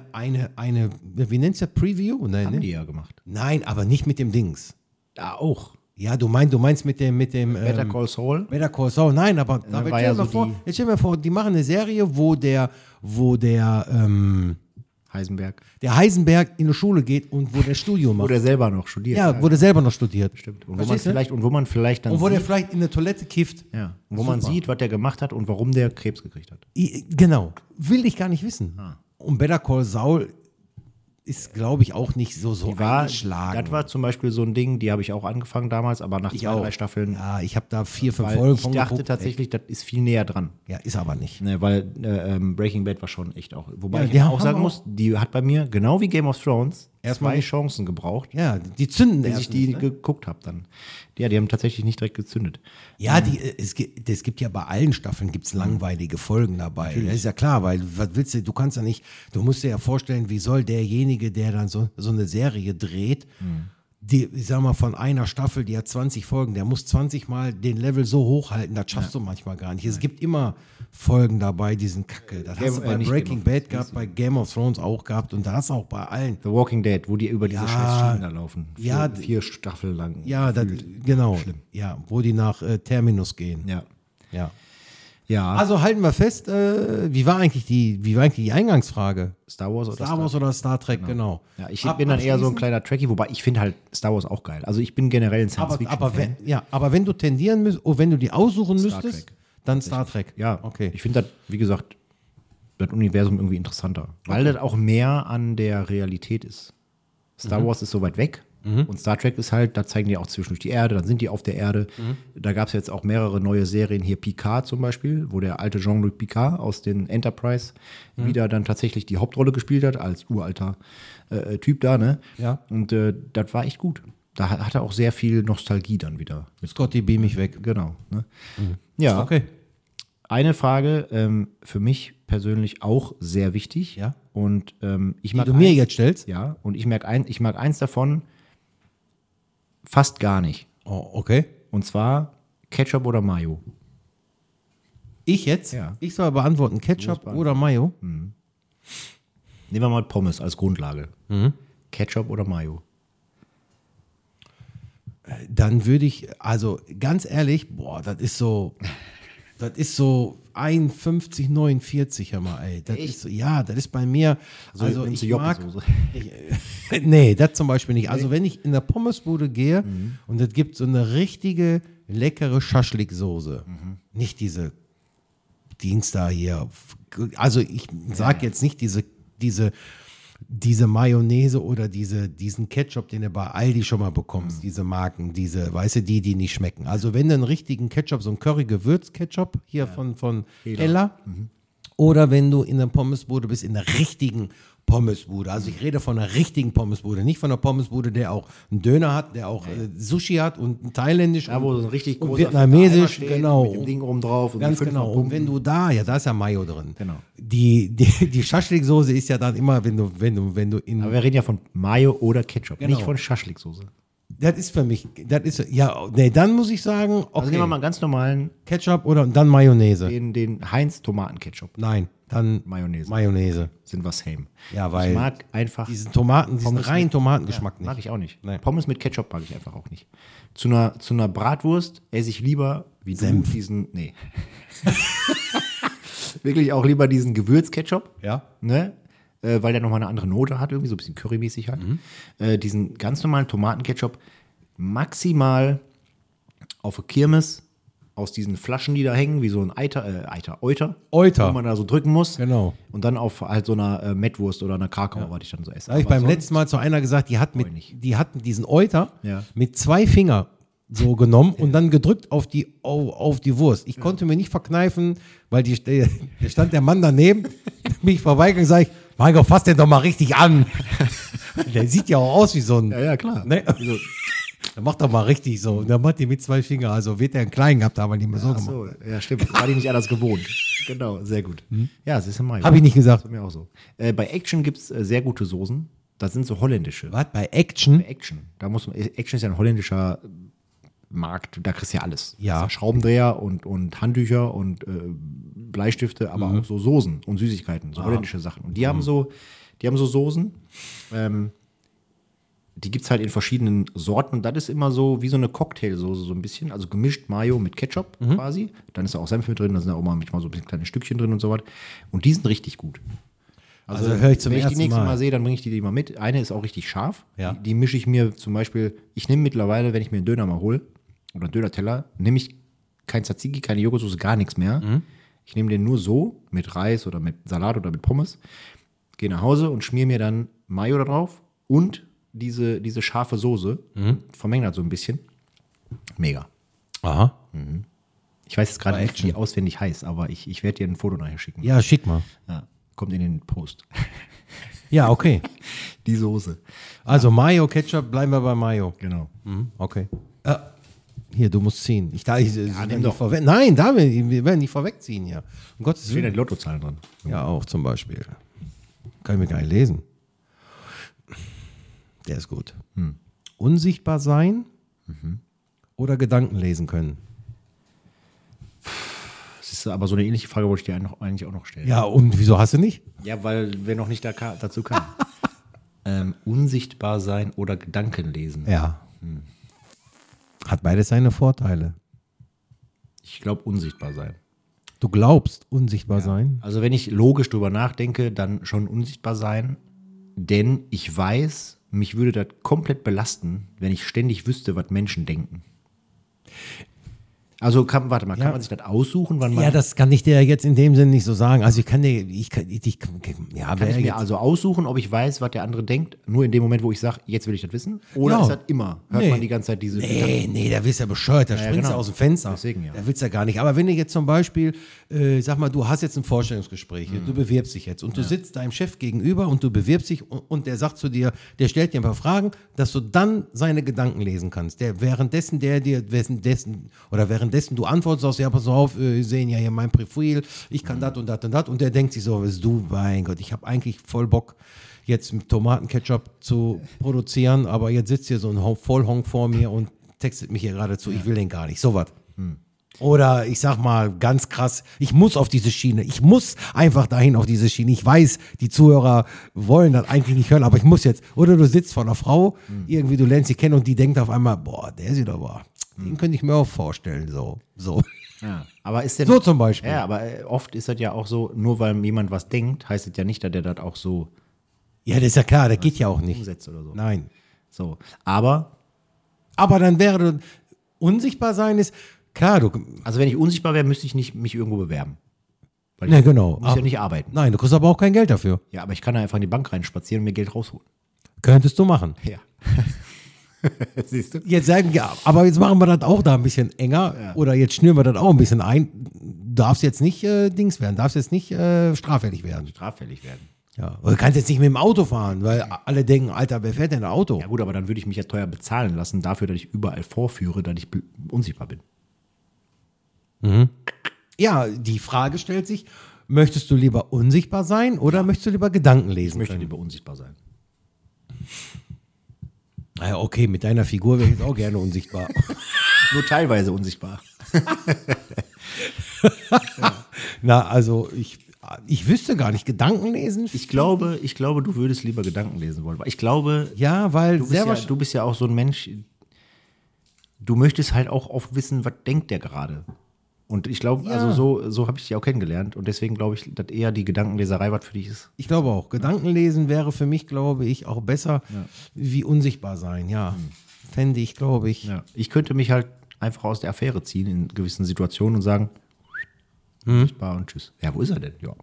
Speaker 2: wie nennt's ja, Preview? Nein,
Speaker 3: Haben die ja gemacht.
Speaker 2: Nein, aber nicht mit dem Dings.
Speaker 3: Ja, auch.
Speaker 2: Ja, du meinst mit dem
Speaker 3: Better Call Saul?
Speaker 2: Better Call Saul, nein, aber jetzt stell dir mal vor, die machen eine Serie, wo der
Speaker 3: Heisenberg.
Speaker 2: Der Heisenberg in die Schule geht und wo der Studium macht.
Speaker 3: Wo der selber noch studiert.
Speaker 2: Ja, wo der selber noch studiert.
Speaker 3: Stimmt. Und wo man vielleicht dann
Speaker 2: und wo der vielleicht in der Toilette kifft.
Speaker 3: Ja. Und wo man sieht, was der gemacht hat und warum der Krebs gekriegt hat.
Speaker 2: Genau. Will ich gar nicht wissen. Und Better Call Saul ist, glaube ich, auch nicht so eingeschlagen.
Speaker 3: Das war zum Beispiel so ein Ding, die habe ich auch angefangen damals, aber nach 2-3 Staffeln.
Speaker 2: Ja, ich habe da 4, 5 Folgen
Speaker 3: von geguckt. Ich dachte tatsächlich, das ist viel näher dran.
Speaker 2: Ja, ist aber nicht.
Speaker 3: Ne, weil Breaking Bad war schon echt auch. Wobei ich auch sagen muss, die hat bei mir, genau wie Game of Thrones, erstmal 2 Chancen gebraucht.
Speaker 2: Ja, die zünden
Speaker 3: bis ich die geguckt habe dann. Ja, die haben tatsächlich nicht direkt gezündet.
Speaker 2: Ja, es gibt ja bei allen Staffeln gibt's langweilige Folgen dabei. Natürlich. Das ist ja klar, weil was willst du, du musst dir ja vorstellen, wie soll derjenige, der dann so eine Serie dreht, ich sag mal, von einer Staffel, die hat 20 Folgen, der muss 20 Mal den Level so hochhalten, das schaffst du manchmal gar nicht. Es gibt immer Folgen dabei, die sind kacke. Das hast du bei Breaking Bad gehabt, bei Game of Thrones auch gehabt und da hast du auch bei allen.
Speaker 3: The Walking Dead, wo die über diese scheiß Schienen da laufen. 4 Staffeln lang.
Speaker 2: Ja, genau. Schlimm. Ja, wo die nach Terminus gehen. Ja. Also halten wir fest, wie war eigentlich die Eingangsfrage?
Speaker 3: Star Wars
Speaker 2: oder Star Trek, genau.
Speaker 3: Ja, ich bin dann eher so ein kleiner Trekkie, wobei ich finde halt Star Wars auch geil. Also ich bin generell ein Science-Fiction-Fan.
Speaker 2: Aber wenn du tendieren müsstest, wenn du die aussuchen müsstest, dann Star Trek.
Speaker 3: Ja, okay. Ich finde das, wie gesagt, das Universum irgendwie interessanter. Weil das auch mehr an der Realität ist. Star Wars ist so weit weg. Und Star Trek ist halt, da zeigen die auch zwischendurch die Erde, dann sind die auf der Erde. Da gab es jetzt auch mehrere neue Serien, hier Picard zum Beispiel, wo der alte Jean-Luc Picard aus den Enterprise wieder dann tatsächlich die Hauptrolle gespielt hat, als uralter Typ da, ne?
Speaker 2: Ja.
Speaker 3: Und das war echt gut. Da hat er auch sehr viel Nostalgie dann wieder.
Speaker 2: Scotty, beam mich weg.
Speaker 3: Genau. Ne? Ja.
Speaker 2: Okay.
Speaker 3: Eine Frage, für mich persönlich auch sehr wichtig.
Speaker 2: Ja.
Speaker 3: Und ich mag
Speaker 2: Die du mir jetzt stellst?
Speaker 3: Ja, und ich mag eins davon fast gar nicht.
Speaker 2: Oh, okay.
Speaker 3: Und zwar Ketchup oder Mayo.
Speaker 2: Ich jetzt?
Speaker 3: Ja.
Speaker 2: Ich soll beantworten, Ketchup oder Mayo?
Speaker 3: Nehmen wir mal Pommes als Grundlage. Ketchup oder Mayo?
Speaker 2: Dann würde ich, also ganz ehrlich, boah, das ist so 51, 49, hör mal, ey. Das ist so, ja, das ist bei mir, also
Speaker 3: nimmst du
Speaker 2: ich mag,
Speaker 3: Joppensoße?
Speaker 2: nee, das zum Beispiel nicht. Also wenn ich in der Pommesbude gehe und es gibt so eine richtige, leckere Schaschliksoße, nicht diese Dienstag hier, also ich sag jetzt nicht diese Mayonnaise oder diesen Ketchup, den du bei Aldi schon mal bekommst, diese Marken, weißt du, die nicht schmecken. Also wenn du einen richtigen Ketchup, so einen Curry-Gewürz-Ketchup hier von Ella, oder wenn du in der Pommesbude bist, in der richtigen Pommesbude. Also ich rede von einer richtigen Pommesbude, nicht von einer Pommesbude, der auch einen Döner hat, der auch Sushi hat und ein thailändisch
Speaker 3: Ja, wo so ein richtig
Speaker 2: und
Speaker 3: großer
Speaker 2: vietnamesisch,
Speaker 3: steht,
Speaker 2: genau.
Speaker 3: mit dem Ding oben drauf. Und
Speaker 2: Ganz
Speaker 3: die 5
Speaker 2: genau.
Speaker 3: Pumpen.
Speaker 2: Und wenn du da ist ja Mayo drin.
Speaker 3: Genau.
Speaker 2: Die Schaschliksoße ist ja dann immer, wenn du in.
Speaker 3: Aber wir reden ja von Mayo oder Ketchup,
Speaker 2: Genau.
Speaker 3: nicht von Schaschliksoße.
Speaker 2: Das ist für mich, dann muss ich sagen, okay,
Speaker 3: Also nehmen wir mal einen ganz normalen,
Speaker 2: Ketchup oder dann Mayonnaise.
Speaker 3: den Heinz Tomatenketchup.
Speaker 2: Nein, dann
Speaker 3: Mayonnaise. Sind wir same.
Speaker 2: Ja, weil
Speaker 3: ich mag einfach
Speaker 2: diesen
Speaker 3: Pommes
Speaker 2: reinen
Speaker 3: mit-
Speaker 2: Tomatengeschmack nicht.
Speaker 3: Mag ich auch nicht.
Speaker 2: Nee.
Speaker 3: Pommes mit Ketchup mag ich einfach auch nicht. Zu einer Bratwurst esse ich lieber wie
Speaker 2: Senf.
Speaker 3: du diesen, nee. Wirklich auch lieber diesen Gewürzketchup.
Speaker 2: Ja.
Speaker 3: Ne? Weil der nochmal eine andere Note hat, irgendwie so ein bisschen currymäßig halt. Diesen ganz normalen Tomatenketchup maximal auf der Kirmes aus diesen Flaschen, die da hängen, wie so ein Euter,
Speaker 2: Euter.
Speaker 3: wo man da so drücken muss.
Speaker 2: Genau.
Speaker 3: Und dann auf halt so einer Mettwurst oder einer Krakau, was ich dann so esse.
Speaker 2: Da habe ich
Speaker 3: Aber
Speaker 2: beim
Speaker 3: sonst-
Speaker 2: letzten Mal zu einer gesagt, die hatten diesen Euter
Speaker 3: Ja.
Speaker 2: mit 2 Finger so genommen und dann gedrückt auf die Wurst. Ich konnte mir nicht verkneifen, weil da stand der Mann daneben, bin ich vorbeigegangen, sage ich, mein Gott, fass den doch mal richtig an. Der sieht ja auch aus wie so ein.
Speaker 3: Ja, klar.
Speaker 2: Ne? Der macht doch mal richtig so. Und dann macht die mit 2 Fingern. Also wird der einen kleinen gehabt, aber nicht mehr so
Speaker 3: Ach
Speaker 2: gemacht.
Speaker 3: so, ja, stimmt. War die nicht anders gewohnt. Genau, sehr gut. Ja, es ist im Mai.
Speaker 2: Habe ich nicht gesagt.
Speaker 3: Das ist mir auch so. Bei Action gibt es sehr gute Soßen. Das sind so holländische.
Speaker 2: Was? Bei Action?
Speaker 3: Bei Action. Action ist ja ein holländischer Markt. Da kriegst du ja alles.
Speaker 2: Ja.
Speaker 3: Das ist ja Schraubendreher und Handtücher und Bleistifte, aber auch so Soßen und Süßigkeiten, so holländische Sachen. Und die haben so Soßen. Die gibt es halt in verschiedenen Sorten und das ist immer so wie so eine Cocktailsoße, so ein bisschen. Also gemischt Mayo mit Ketchup quasi. Dann ist da auch Senf mit drin, da sind auch manchmal so ein bisschen kleine Stückchen drin und so was. Und die sind richtig gut.
Speaker 2: Also höre ich zum
Speaker 3: wenn ich die
Speaker 2: ersten
Speaker 3: nächste
Speaker 2: Mal.
Speaker 3: Mal sehe, dann bringe ich die mal mit. Eine ist auch richtig scharf.
Speaker 2: Ja.
Speaker 3: Die mische ich mir zum Beispiel, ich nehme mittlerweile, wenn ich mir einen Döner mal hole, oder einen Döner-Teller, nehme ich kein Tzatziki, keine Joghurtsoße, gar nichts mehr. Ich nehme den nur so, mit Reis oder mit Salat oder mit Pommes, gehe nach Hause und schmier mir dann Mayo da drauf und diese scharfe Soße, vermenge das so ein bisschen. Mega.
Speaker 2: Aha.
Speaker 3: Ich weiß jetzt gerade
Speaker 2: Bei
Speaker 3: nicht,
Speaker 2: Action.
Speaker 3: wie die auswendig heißt, aber ich werde dir ein Foto nachher schicken.
Speaker 2: Ja, schick mal.
Speaker 3: Ja, kommt in den Post.
Speaker 2: Ja, okay.
Speaker 3: Die Soße.
Speaker 2: Also Mayo, Ketchup, bleiben wir bei Mayo.
Speaker 3: Genau.
Speaker 2: Okay. Hier, du musst ziehen.
Speaker 3: nimm doch.
Speaker 2: Nein, wir werden nicht vorwegziehen hier. Um Gottes
Speaker 3: Stehen da
Speaker 2: Willen.
Speaker 3: die Lottozahlen drin.
Speaker 2: Ja, auch zum Beispiel. Kann ich mir gar nicht lesen. Der ist gut. Unsichtbar sein oder Gedanken lesen können?
Speaker 3: Das ist aber so eine ähnliche Frage wollte ich dir eigentlich auch noch stellen.
Speaker 2: Ja, und wieso hast du nicht?
Speaker 3: Ja, weil wir noch nicht dazu kamen. Unsichtbar sein oder Gedanken lesen.
Speaker 2: Ja. Hat beides seine Vorteile.
Speaker 3: Ich glaube, unsichtbar sein.
Speaker 2: Du glaubst, unsichtbar sein?
Speaker 3: Also wenn ich logisch drüber nachdenke, dann schon unsichtbar sein. Denn ich weiß, mich würde das komplett belasten, wenn ich ständig wüsste, was Menschen denken. Also kann man sich das aussuchen, wann man...
Speaker 2: Ja, das kann ich dir jetzt in dem Sinne nicht so sagen. Also
Speaker 3: kann ich mir also aussuchen, ob ich weiß, was der andere denkt, nur in dem Moment, wo ich sage, jetzt will ich das wissen? Oder ist das immer? Hört man die ganze Zeit diese...
Speaker 2: Nee, da wirst du ja bescheuert, da springst du aus dem Fenster.
Speaker 3: Deswegen, ja.
Speaker 2: Da willst du ja gar nicht. Aber wenn du jetzt zum Beispiel, sag mal, du hast jetzt ein Vorstellungsgespräch, du bewirbst dich jetzt und du sitzt deinem Chef gegenüber und du bewirbst dich und der sagt zu dir, der stellt dir ein paar Fragen, dass du dann seine Gedanken lesen kannst. Währenddessen du antwortest, sagst, ja, pass auf, sehen ja hier mein Profil, ich kann das und das und das. Und der denkt sich so, mein Gott, ich habe eigentlich voll Bock, jetzt mit Tomatenketchup zu produzieren, aber jetzt sitzt hier so ein Vollhonk vor mir und textet mich hier gerade zu, ich will den gar nicht, sowas. Oder ich sag mal ganz krass, ich muss auf diese Schiene, ich muss einfach dahin auf diese Schiene. Ich weiß, die Zuhörer wollen das eigentlich nicht hören, aber ich muss jetzt. Oder du sitzt vor einer Frau, irgendwie du lernst sie kennen und die denkt auf einmal, boah, der sieht aber, den könnte ich mir auch vorstellen, so.
Speaker 3: Ja, aber ist der
Speaker 2: so zum Beispiel.
Speaker 3: Ja, aber oft ist das ja auch so, nur weil jemand was denkt, heißt es ja nicht, dass der das auch so.
Speaker 2: Ja, das ist ja klar, das geht ja auch nicht.
Speaker 3: Umsetzt oder so.
Speaker 2: Nein.
Speaker 3: So, aber
Speaker 2: dann wäre unsichtbar sein ist, klar,
Speaker 3: also wenn ich unsichtbar wäre, müsste ich nicht mich irgendwo bewerben. Weil
Speaker 2: ja, genau.
Speaker 3: Ich muss ja nicht arbeiten.
Speaker 2: Nein, du kriegst aber auch kein Geld dafür.
Speaker 3: Ja, aber ich kann da einfach in die Bank reinspazieren und mir Geld rausholen.
Speaker 2: Könntest du machen.
Speaker 3: Ja. Siehst du?
Speaker 2: Jetzt sagen, ja, aber jetzt machen wir das auch da ein bisschen enger oder jetzt schnüren wir das auch ein bisschen ein. Darfst jetzt nicht Dings werden, darfst jetzt nicht straffällig werden. Ja. Oder du kannst jetzt nicht mit dem Auto fahren, weil alle denken, Alter, wer fährt denn ein Auto?
Speaker 3: Ja gut, aber dann würde ich mich ja teuer bezahlen lassen dafür, dass ich überall vorführe, dass ich unsichtbar bin.
Speaker 2: Mhm. Ja, die Frage stellt sich, möchtest du lieber unsichtbar sein oder möchtest du lieber Gedanken lesen?
Speaker 3: Ich möchte lieber unsichtbar sein.
Speaker 2: Ja, okay, mit deiner Figur wäre ich jetzt auch gerne unsichtbar.
Speaker 3: Nur teilweise unsichtbar.
Speaker 2: Na, also ich wüsste gar nicht, Gedanken lesen?
Speaker 3: Ich glaube, du würdest lieber Gedanken lesen wollen. Ich glaube,
Speaker 2: ja, weil
Speaker 3: du bist ja auch so ein Mensch, du möchtest halt auch oft wissen, was denkt der gerade. Und ich glaube, also so habe ich dich auch kennengelernt. Und deswegen glaube ich, dass eher die Gedankenleserei was für dich ist.
Speaker 2: Ich glaube auch. Gedankenlesen wäre für mich, glaube ich, auch besser wie unsichtbar sein. Ja, fände ich, glaube ich.
Speaker 3: Ja. Ich könnte mich halt einfach aus der Affäre ziehen in gewissen Situationen und sagen, unsichtbar und tschüss. Ja, wo ist er denn? Ja.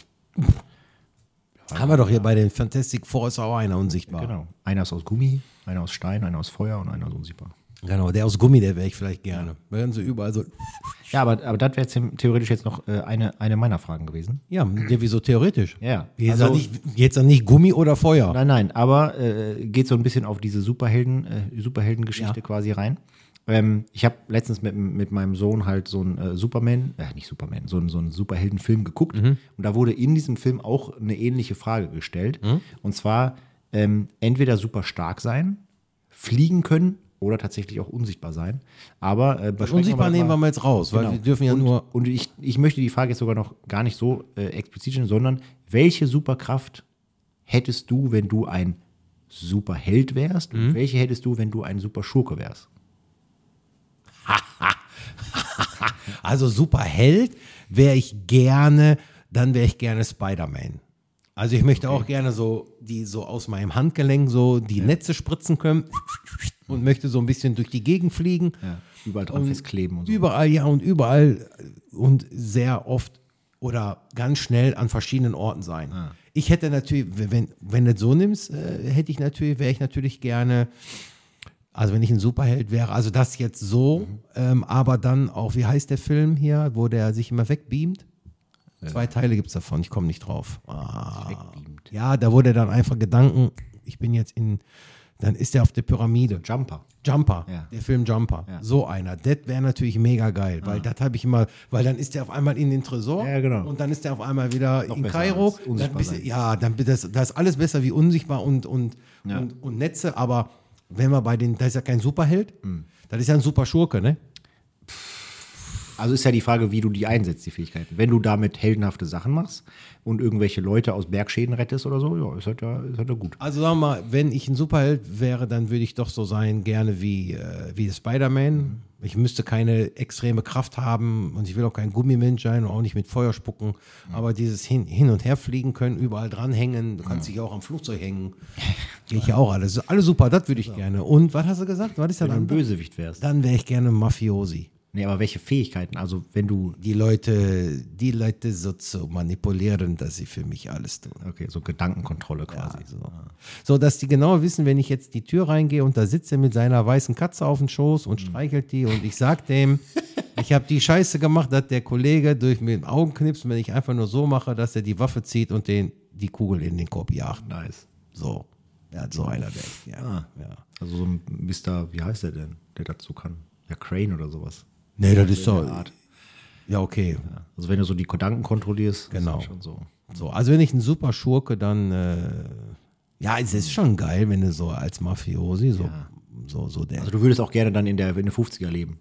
Speaker 2: Haben wir doch hier bei den Fantastic Four ist auch einer unsichtbar.
Speaker 3: Genau. Einer ist aus Gummi, einer aus Stein, einer aus Feuer und einer ist unsichtbar.
Speaker 2: Genau, der aus Gummi, der wäre ich vielleicht gerne. Wären sie überall so.
Speaker 3: Ja, aber das wäre theoretisch jetzt noch eine meiner Fragen gewesen.
Speaker 2: Ja, wieso theoretisch?
Speaker 3: Ja.
Speaker 2: Jetzt dann nicht Gummi oder Feuer.
Speaker 3: Nein, aber geht so ein bisschen auf diese Superheldengeschichte quasi rein. Ich habe letztens mit meinem Sohn halt so einen so einen Superheldenfilm geguckt. Und da wurde in diesem Film auch eine ähnliche Frage gestellt. Und zwar entweder super stark sein, fliegen können oder tatsächlich auch unsichtbar sein. Aber
Speaker 2: unsichtbar nehmen wir mal jetzt raus, weil wir dürfen ja nur.
Speaker 3: Und ich möchte die Frage jetzt sogar noch gar nicht so explizit stellen, sondern welche Superkraft hättest du, wenn du ein Superheld wärst? Und welche hättest du, wenn du ein Superschurke wärst?
Speaker 2: Also Superheld wäre ich gerne, dann wäre ich gerne Spider-Man. Also ich möchte auch gerne so aus meinem Handgelenk so die Netze spritzen können und möchte so ein bisschen durch die Gegend fliegen.
Speaker 3: Ja, überall dran festkleben und so.
Speaker 2: Überall und sehr oft oder ganz schnell an verschiedenen Orten sein. Ah. Ich hätte natürlich, wenn du das so nimmst, wäre ich natürlich gerne, also wenn ich ein Superheld wäre, also das jetzt so, aber dann auch, wie heißt der Film hier, wo der sich immer wegbeamt? 2 Teile gibt es davon, ich komme nicht drauf. Ja, da wurde dann einfach Gedanken, ich bin jetzt dann ist der auf der Pyramide.
Speaker 3: Jumper,
Speaker 2: ja. Der Film Jumper. Ja. So einer. Das wäre natürlich mega geil, weil das habe ich immer, weil dann ist der auf einmal in den Tresor und dann ist der auf einmal wieder noch in Kairo. Das ist alles besser wie unsichtbar und Netze, aber wenn wir das ist ja kein Superheld, das ist ja ein Superschurke, ne?
Speaker 3: Also ist ja die Frage, wie du die einsetzt, die Fähigkeiten. Wenn du damit heldenhafte Sachen machst und irgendwelche Leute aus Bergschäden rettest oder so, ja, ist halt ja gut.
Speaker 2: Also sagen wir mal, wenn ich ein Superheld wäre, dann würde ich doch so sein, gerne wie Spider-Man. Ich müsste keine extreme Kraft haben und ich will auch kein Gummimensch sein und auch nicht mit Feuer spucken. Aber dieses hin und her fliegen können, überall dranhängen, du kannst dich auch am Flugzeug hängen. Geht ja auch alles. Alles super, das würde ich gerne. Und was hast du gesagt? Was ist
Speaker 3: wenn du ein Bösewicht wärst.
Speaker 2: Dann wäre ich gerne Mafiosi.
Speaker 3: Nee, aber welche Fähigkeiten? Also wenn du...
Speaker 2: Die Leute so zu manipulieren, dass sie für mich alles tun.
Speaker 3: Okay, so Gedankenkontrolle quasi.
Speaker 2: Ja, so, dass die genau wissen, wenn ich jetzt die Tür reingehe und da sitzt er mit seiner weißen Katze auf dem Schoß und streichelt die und ich sag dem, ich habe die Scheiße gemacht, dass der Kollege durch mit den Augen knipst, wenn ich einfach nur so mache, dass er die Waffe zieht und die Kugel in den Korb jagt.
Speaker 3: Nice.
Speaker 2: So. Er hat so einer, der ja.
Speaker 3: Also so ein Mr., wie heißt der denn, der dazu kann? Ja, Crane oder sowas.
Speaker 2: Nee, das ist so. Ja, okay.
Speaker 3: Ja. Also wenn du so die Gedanken kontrollierst,
Speaker 2: genau.
Speaker 3: Ist das schon so.
Speaker 2: So, also wenn ich ein super Schurke, dann ja, es ist schon geil, wenn du so als Mafiosi so der.
Speaker 3: Also du würdest auch gerne dann in den 50er leben.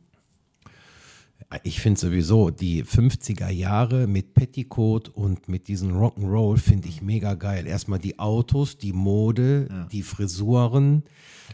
Speaker 2: Ich finde sowieso die 50er Jahre mit Petticoat und mit diesem Rock'n'Roll finde ich mega geil. Erstmal die Autos, die Mode, die Frisuren,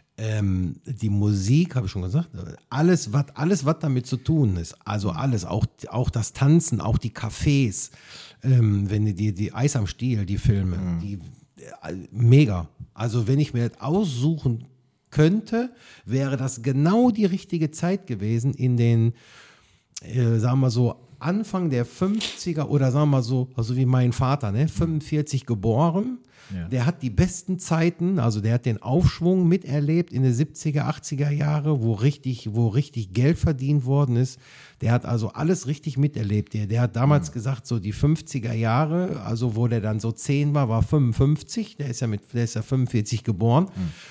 Speaker 2: die Musik, habe ich schon gesagt, alles, was damit zu tun ist. Also alles, auch das Tanzen, auch die Cafés, wenn du die Eis am Stiel, die Filme, die mega. Also wenn ich mir das aussuchen könnte, wäre das genau die richtige Zeit gewesen in den, sagen wir so, Anfang der 50er oder sagen wir so, also wie mein Vater, ne, 45 geboren. Ja. Der hat die besten Zeiten, also der hat den Aufschwung miterlebt in den 70er, 80er Jahre, wo richtig Geld verdient worden ist. Der hat also alles richtig miterlebt. Der hat damals gesagt, so die 50er Jahre, also wo der dann so 10 war 55. Der ist ja 45 geboren.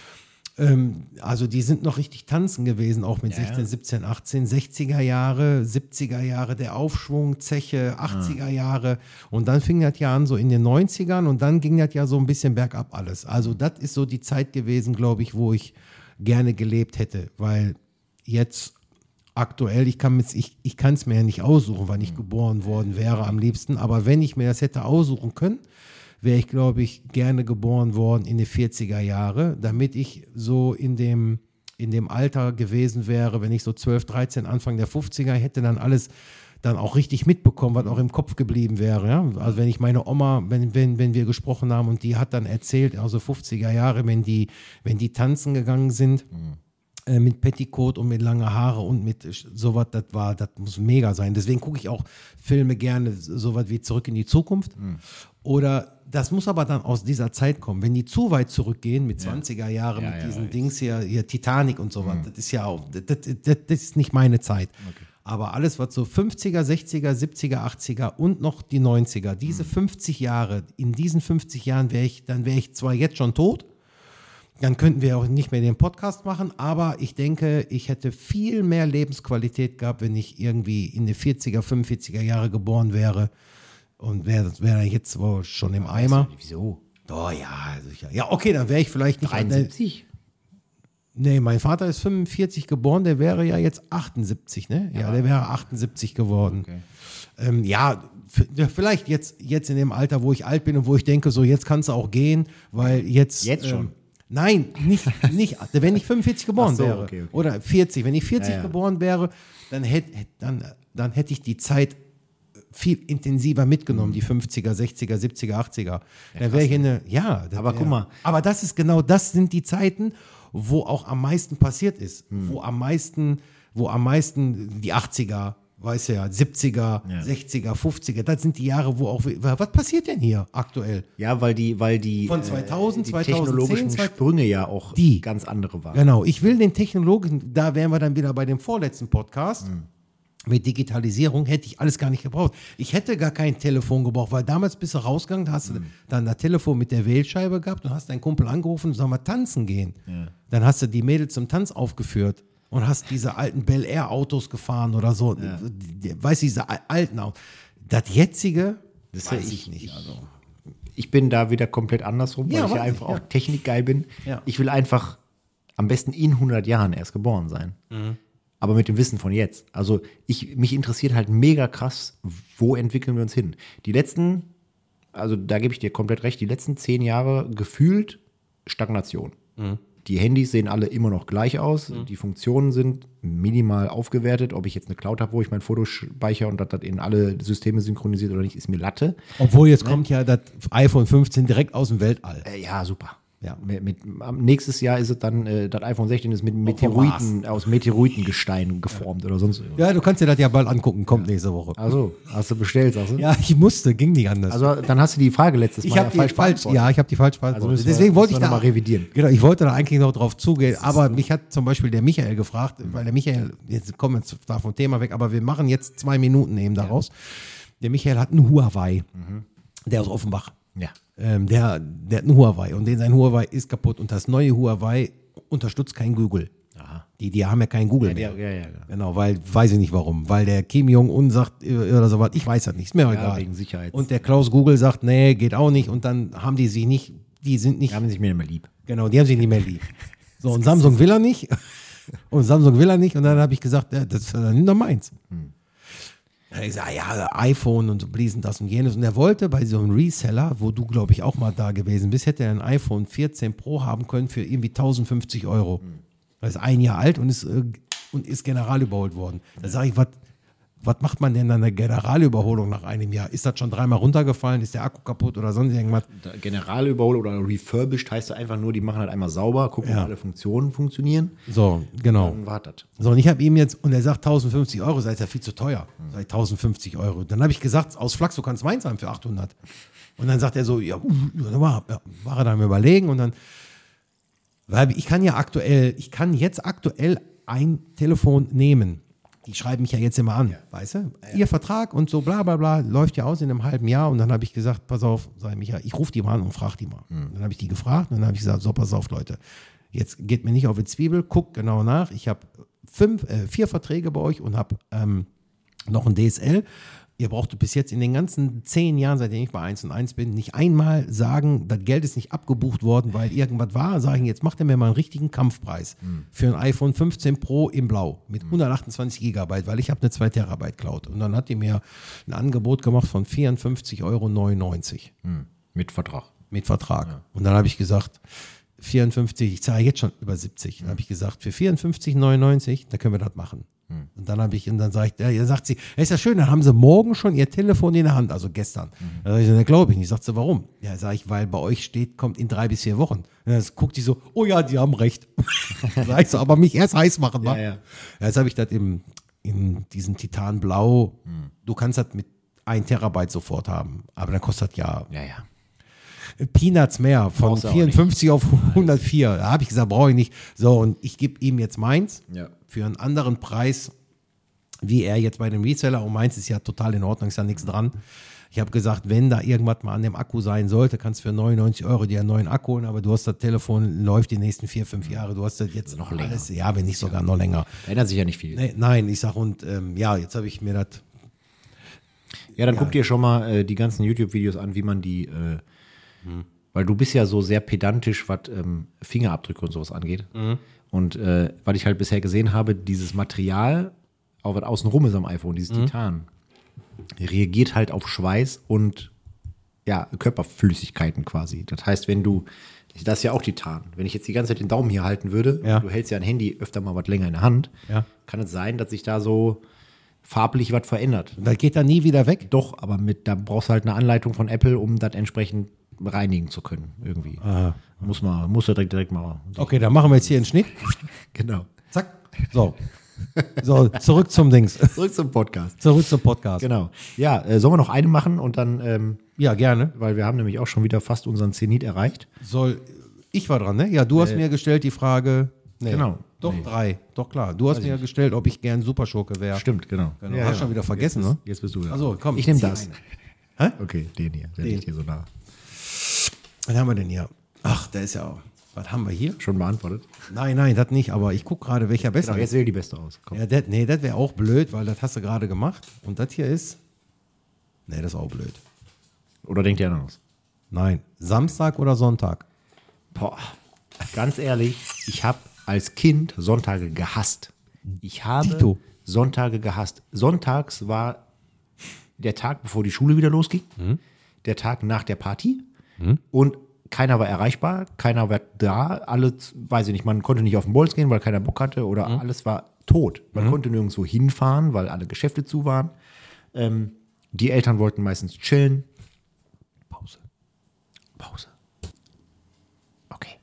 Speaker 2: Also die sind noch richtig tanzen gewesen, auch mit 16, 17, 18, 60er Jahre, 70er Jahre, der Aufschwung, Zeche, 80er Jahre und dann fing das ja an so in den 90ern und dann ging das ja so ein bisschen bergab alles. Also das ist so die Zeit gewesen, glaube ich, wo ich gerne gelebt hätte, weil jetzt aktuell, ich kann es mir ja nicht aussuchen, wann ich geboren worden wäre am liebsten, aber wenn ich mir das hätte aussuchen können, wäre ich, glaube ich, gerne geboren worden in den 40er Jahre, damit ich so in dem Alter gewesen wäre, wenn ich so 12, 13, Anfang der 50er hätte dann alles dann auch richtig mitbekommen, was auch im Kopf geblieben wäre. Ja? Also wenn ich meine Oma, wenn wir gesprochen haben und die hat dann erzählt, also 50er Jahre, wenn die tanzen gegangen sind, mit Petticoat und mit lange Haare und mit sowas, das muss mega sein. Deswegen gucke ich auch Filme gerne, sowas wie Zurück in die Zukunft. Oder das muss aber dann aus dieser Zeit kommen. Wenn die zu weit zurückgehen mit 20er Jahren, mit diesen Dings hier Titanic und sowas, das ist ja auch, das ist nicht meine Zeit. Okay. Aber alles, was so 50er, 60er, 70er, 80er und noch die 90er, diese 50 Jahre, in diesen 50 Jahren wäre ich zwar jetzt schon tot, dann könnten wir auch nicht mehr den Podcast machen, aber ich denke, ich hätte viel mehr Lebensqualität gehabt, wenn ich irgendwie in den 40er, 45er Jahre geboren wäre und wäre jetzt wohl schon im Eimer.
Speaker 3: Wieso?
Speaker 2: Oh ja, sicher. Ja, okay, dann wäre ich vielleicht nicht...
Speaker 3: 73?
Speaker 2: Nee, mein Vater ist 45 geboren, der wäre ja jetzt 78, ne? Ja, der wäre 78 geworden. Okay. Ja, vielleicht jetzt in dem Alter, wo ich alt bin und wo ich denke, so jetzt kannst du auch gehen, weil jetzt...
Speaker 3: Jetzt schon?
Speaker 2: Nein, nicht, wenn ich 45 geboren wäre. Okay. Oder 40. Wenn ich 40 geboren wäre, dann hätte ich die Zeit viel intensiver mitgenommen, die 50er, 60er, 70er, 80er. Dann wäre ich
Speaker 3: aber guck mal.
Speaker 2: Aber das ist genau, das sind die Zeiten, wo auch am meisten passiert ist. Wo am meisten die 80er, weißt du ja, 70er, 60er, 50er, das sind die Jahre, wo auch, was passiert denn hier aktuell?
Speaker 3: Ja, weil die
Speaker 2: von 2000,
Speaker 3: die
Speaker 2: 2010,
Speaker 3: technologischen Sprünge ja auch ganz andere waren.
Speaker 2: Genau, ich will den Technologen, da wären wir dann wieder bei dem vorletzten Podcast, mit Digitalisierung hätte ich alles gar nicht gebraucht. Ich hätte gar kein Telefon gebraucht, weil damals bist du rausgegangen, da hast du dann das Telefon mit der Wählscheibe gehabt und hast deinen Kumpel angerufen, sollen wir tanzen gehen. Ja. Dann hast du die Mädels zum Tanz aufgeführt. Und hast diese alten Bel Air Autos gefahren oder so. Ja. Weißt du, diese alten Autos. Das jetzige,
Speaker 3: das weiß ich nicht. Also. Ich bin da wieder komplett andersrum, weil ich ja einfach auch technikgeil bin. Ja. Ich will einfach am besten in 100 Jahren erst geboren sein. Aber mit dem Wissen von jetzt. Also mich interessiert halt mega krass, wo entwickeln wir uns hin. Die letzten, also da gebe ich dir komplett recht, die letzten 10 Jahre gefühlt Stagnation. Die Handys sehen alle immer noch gleich aus. Die Funktionen sind minimal aufgewertet. Ob ich jetzt eine Cloud habe, wo ich mein Foto speichere und das in alle Systeme synchronisiert oder nicht, ist mir Latte.
Speaker 2: Obwohl jetzt kommt ja das iPhone 15 direkt aus dem Weltall.
Speaker 3: Ja, super.
Speaker 2: Ja.
Speaker 3: Nächstes Jahr ist es dann, das iPhone 16 ist mit Meteoriten, aus Meteoritengestein geformt oder sonst irgendwas.
Speaker 2: Ja, du kannst dir das ja bald angucken, kommt nächste Woche.
Speaker 3: Also, hast du bestellt, sagst du?
Speaker 2: Ja, ich musste, ging nicht anders.
Speaker 3: Also, dann hast du die Frage letztes Mal
Speaker 2: ich habe die falsch beantwortet.
Speaker 3: Also
Speaker 2: Deswegen wollte ich da
Speaker 3: mal revidieren.
Speaker 2: Genau, ich wollte da eigentlich noch drauf zugehen, aber mich hat zum Beispiel der Michael gefragt, weil der Michael, jetzt kommen wir jetzt da vom Thema weg, aber wir machen jetzt 2 Minuten eben daraus. Der Michael hat einen Huawei, der aus Offenbach.
Speaker 3: Ja.
Speaker 2: Der hat einen Huawei und sein Huawei ist kaputt und das neue Huawei unterstützt kein Google.
Speaker 3: Aha.
Speaker 2: Die haben ja kein Google mehr.
Speaker 3: Ja.
Speaker 2: Genau, weiß ich nicht warum. Weil der Kim Jong-un sagt oder sowas, ich weiß das nicht, ist mir egal.
Speaker 3: Wegen Sicherheit.
Speaker 2: Und der Klaus Google sagt, nee, geht auch nicht. Und dann haben die sich nicht, die haben
Speaker 3: sich mehr lieb.
Speaker 2: Genau, die haben sich nicht mehr lieb. So, und Samsung will er nicht. Und dann habe ich gesagt, ja, das nimm doch meins. Ich sage, ja, iPhone und so bliesen das und jenes. Und er wollte bei so einem Reseller, wo du, glaube ich, auch mal da gewesen bist, hätte er ein iPhone 14 Pro haben können für irgendwie 1050 €. Das ist 1 Jahr alt und ist general überholt worden. Da sage ich, was macht man denn an der Generalüberholung nach einem Jahr? Ist das schon 3-mal runtergefallen? Ist der Akku kaputt oder sonst irgendwas?
Speaker 3: Generalüberholung oder refurbished heißt einfach nur, die machen halt einmal sauber, gucken, ob alle Funktionen funktionionieren.
Speaker 2: So, genau.
Speaker 3: Dann wartet.
Speaker 2: So, und ich habe ihm jetzt, und er sagt 1050 €, sei es ja viel zu teuer. Sag ich 1050 €. Dann habe ich gesagt, aus Flachs, du kannst meins haben für 800. Und dann sagt er so, war er da am Überlegen und dann, weil ich kann jetzt aktuell ein Telefon nehmen. Die schreiben mich ja jetzt immer an, weißt du? Ihr Vertrag und so bla bla bla läuft ja aus in einem halben Jahr und dann habe ich gesagt, pass auf, sag Micha, ich rufe die mal an und frage die mal. Dann habe ich die gefragt und dann habe ich gesagt, so pass auf Leute, jetzt geht mir nicht auf die Zwiebel, guckt genau nach, ich habe 4 Verträge bei euch und habe noch ein DSL. Ihr braucht bis jetzt in den ganzen 10 Jahren, seitdem ich bei 1&1 bin, nicht einmal sagen, das Geld ist nicht abgebucht worden, weil irgendwas war. Sagen, jetzt macht er mir mal einen richtigen Kampfpreis für ein iPhone 15 Pro in Blau mit 128 GB, weil ich habe eine 2 Terabyte Cloud. Und dann hat die mir ein Angebot gemacht von 54,99 €.
Speaker 3: Mit Vertrag.
Speaker 2: Mit Vertrag. Ja. Und dann habe ich gesagt, 54, ich zahle jetzt schon über 70. Dann habe ich gesagt, für 54,99, da können wir das machen. Und dann sagt sie, ist ja schön, dann haben sie morgen schon ihr Telefon in der Hand, also gestern. Da sage ich, das glaube ich nicht. Sagt sie, warum? Ja, sage ich, weil bei euch steht, kommt in 3 bis 4 Wochen. Und dann guckt die so, oh ja, die haben recht. Sag ich so, aber mich erst heiß machen, wa? Ja. Jetzt habe ich das in diesem Titanblau, du kannst das mit 1 Terabyte sofort haben, aber dann kostet das ja. Peanuts mehr, von 54 auf 104. Da habe ich gesagt, brauche ich nicht. So, und ich gebe ihm jetzt meins für einen anderen Preis, wie er jetzt bei dem Reseller. Und meins ist ja total in Ordnung, ist ja nichts dran. Ich habe gesagt, wenn da irgendwas mal an dem Akku sein sollte, kannst du für 99 € dir einen neuen Akku holen, aber du hast das Telefon, läuft die nächsten 4-5 Jahre. Du hast das jetzt noch länger. Alles, ja, wenn nicht sogar noch länger.
Speaker 3: Ändert sich ja nicht viel.
Speaker 2: Nein, ich sage, und jetzt habe ich mir das.
Speaker 3: Ja, dann guck dir schon mal die ganzen YouTube-Videos an, wie man die. Weil du bist ja so sehr pedantisch, was Fingerabdrücke und sowas angeht. Und was ich halt bisher gesehen habe, dieses Material, auch was außenrum ist am iPhone, dieses Titan, reagiert halt auf Schweiß und Körperflüssigkeiten quasi. Das heißt, das ist ja auch Titan. Wenn ich jetzt die ganze Zeit den Daumen hier halten würde, du hältst ja ein Handy öfter mal was länger in der Hand, kann es sein, dass sich da so farblich was verändert.
Speaker 2: Das geht dann nie wieder weg?
Speaker 3: Doch, aber da brauchst du halt eine Anleitung von Apple, um das entsprechend reinigen zu können, irgendwie.
Speaker 2: Aha.
Speaker 3: Muss du direkt mal.
Speaker 2: Okay, dann machen wir jetzt hier einen Schnitt.
Speaker 3: Genau.
Speaker 2: Zack. So, zurück zum Dings.
Speaker 3: Zurück zum Podcast.
Speaker 2: Genau.
Speaker 3: Ja, sollen wir noch eine machen und dann.
Speaker 2: Ja, gerne.
Speaker 3: Weil wir haben nämlich auch schon wieder fast unseren Zenit erreicht.
Speaker 2: Ich war dran, ne? Ja, du hast mir gestellt die Frage. Nee.
Speaker 3: Genau.
Speaker 2: Doch, 3. Doch, klar. Du hast mir gestellt, ob ich gern Superschurke wäre.
Speaker 3: Stimmt, genau.
Speaker 2: Ja, hast schon wieder vergessen, ne?
Speaker 3: Jetzt bist du da.
Speaker 2: Also, komm.
Speaker 3: Ich nehme das.
Speaker 2: Hä?
Speaker 3: Okay, den hier. Der liegt hier so nah.
Speaker 2: Was haben wir denn hier? Ach, der ist ja auch. Was haben wir hier?
Speaker 3: Schon beantwortet?
Speaker 2: Nein, das nicht, aber ich gucke gerade, welcher besser
Speaker 3: ist. Jetzt wähle die beste aus.
Speaker 2: Komm. Ja, das wäre auch blöd, weil das hast du gerade gemacht. Und das hier ist. Nee, das ist auch blöd.
Speaker 3: Oder denkt ihr anders?
Speaker 2: Nein. Samstag oder Sonntag?
Speaker 3: Boah, ganz ehrlich, ich habe als Kind Sonntage gehasst. Ich habe Sonntage gehasst. Sonntags war der Tag, bevor die Schule wieder losging, der Tag nach der Party und keiner war erreichbar, keiner war da, alles, weiß ich nicht, man konnte nicht auf den Bolz gehen, weil keiner Bock hatte oder alles war tot. Man konnte nirgendwo hinfahren, weil alle Geschäfte zu waren. Die Eltern wollten meistens chillen. Pause. Okay.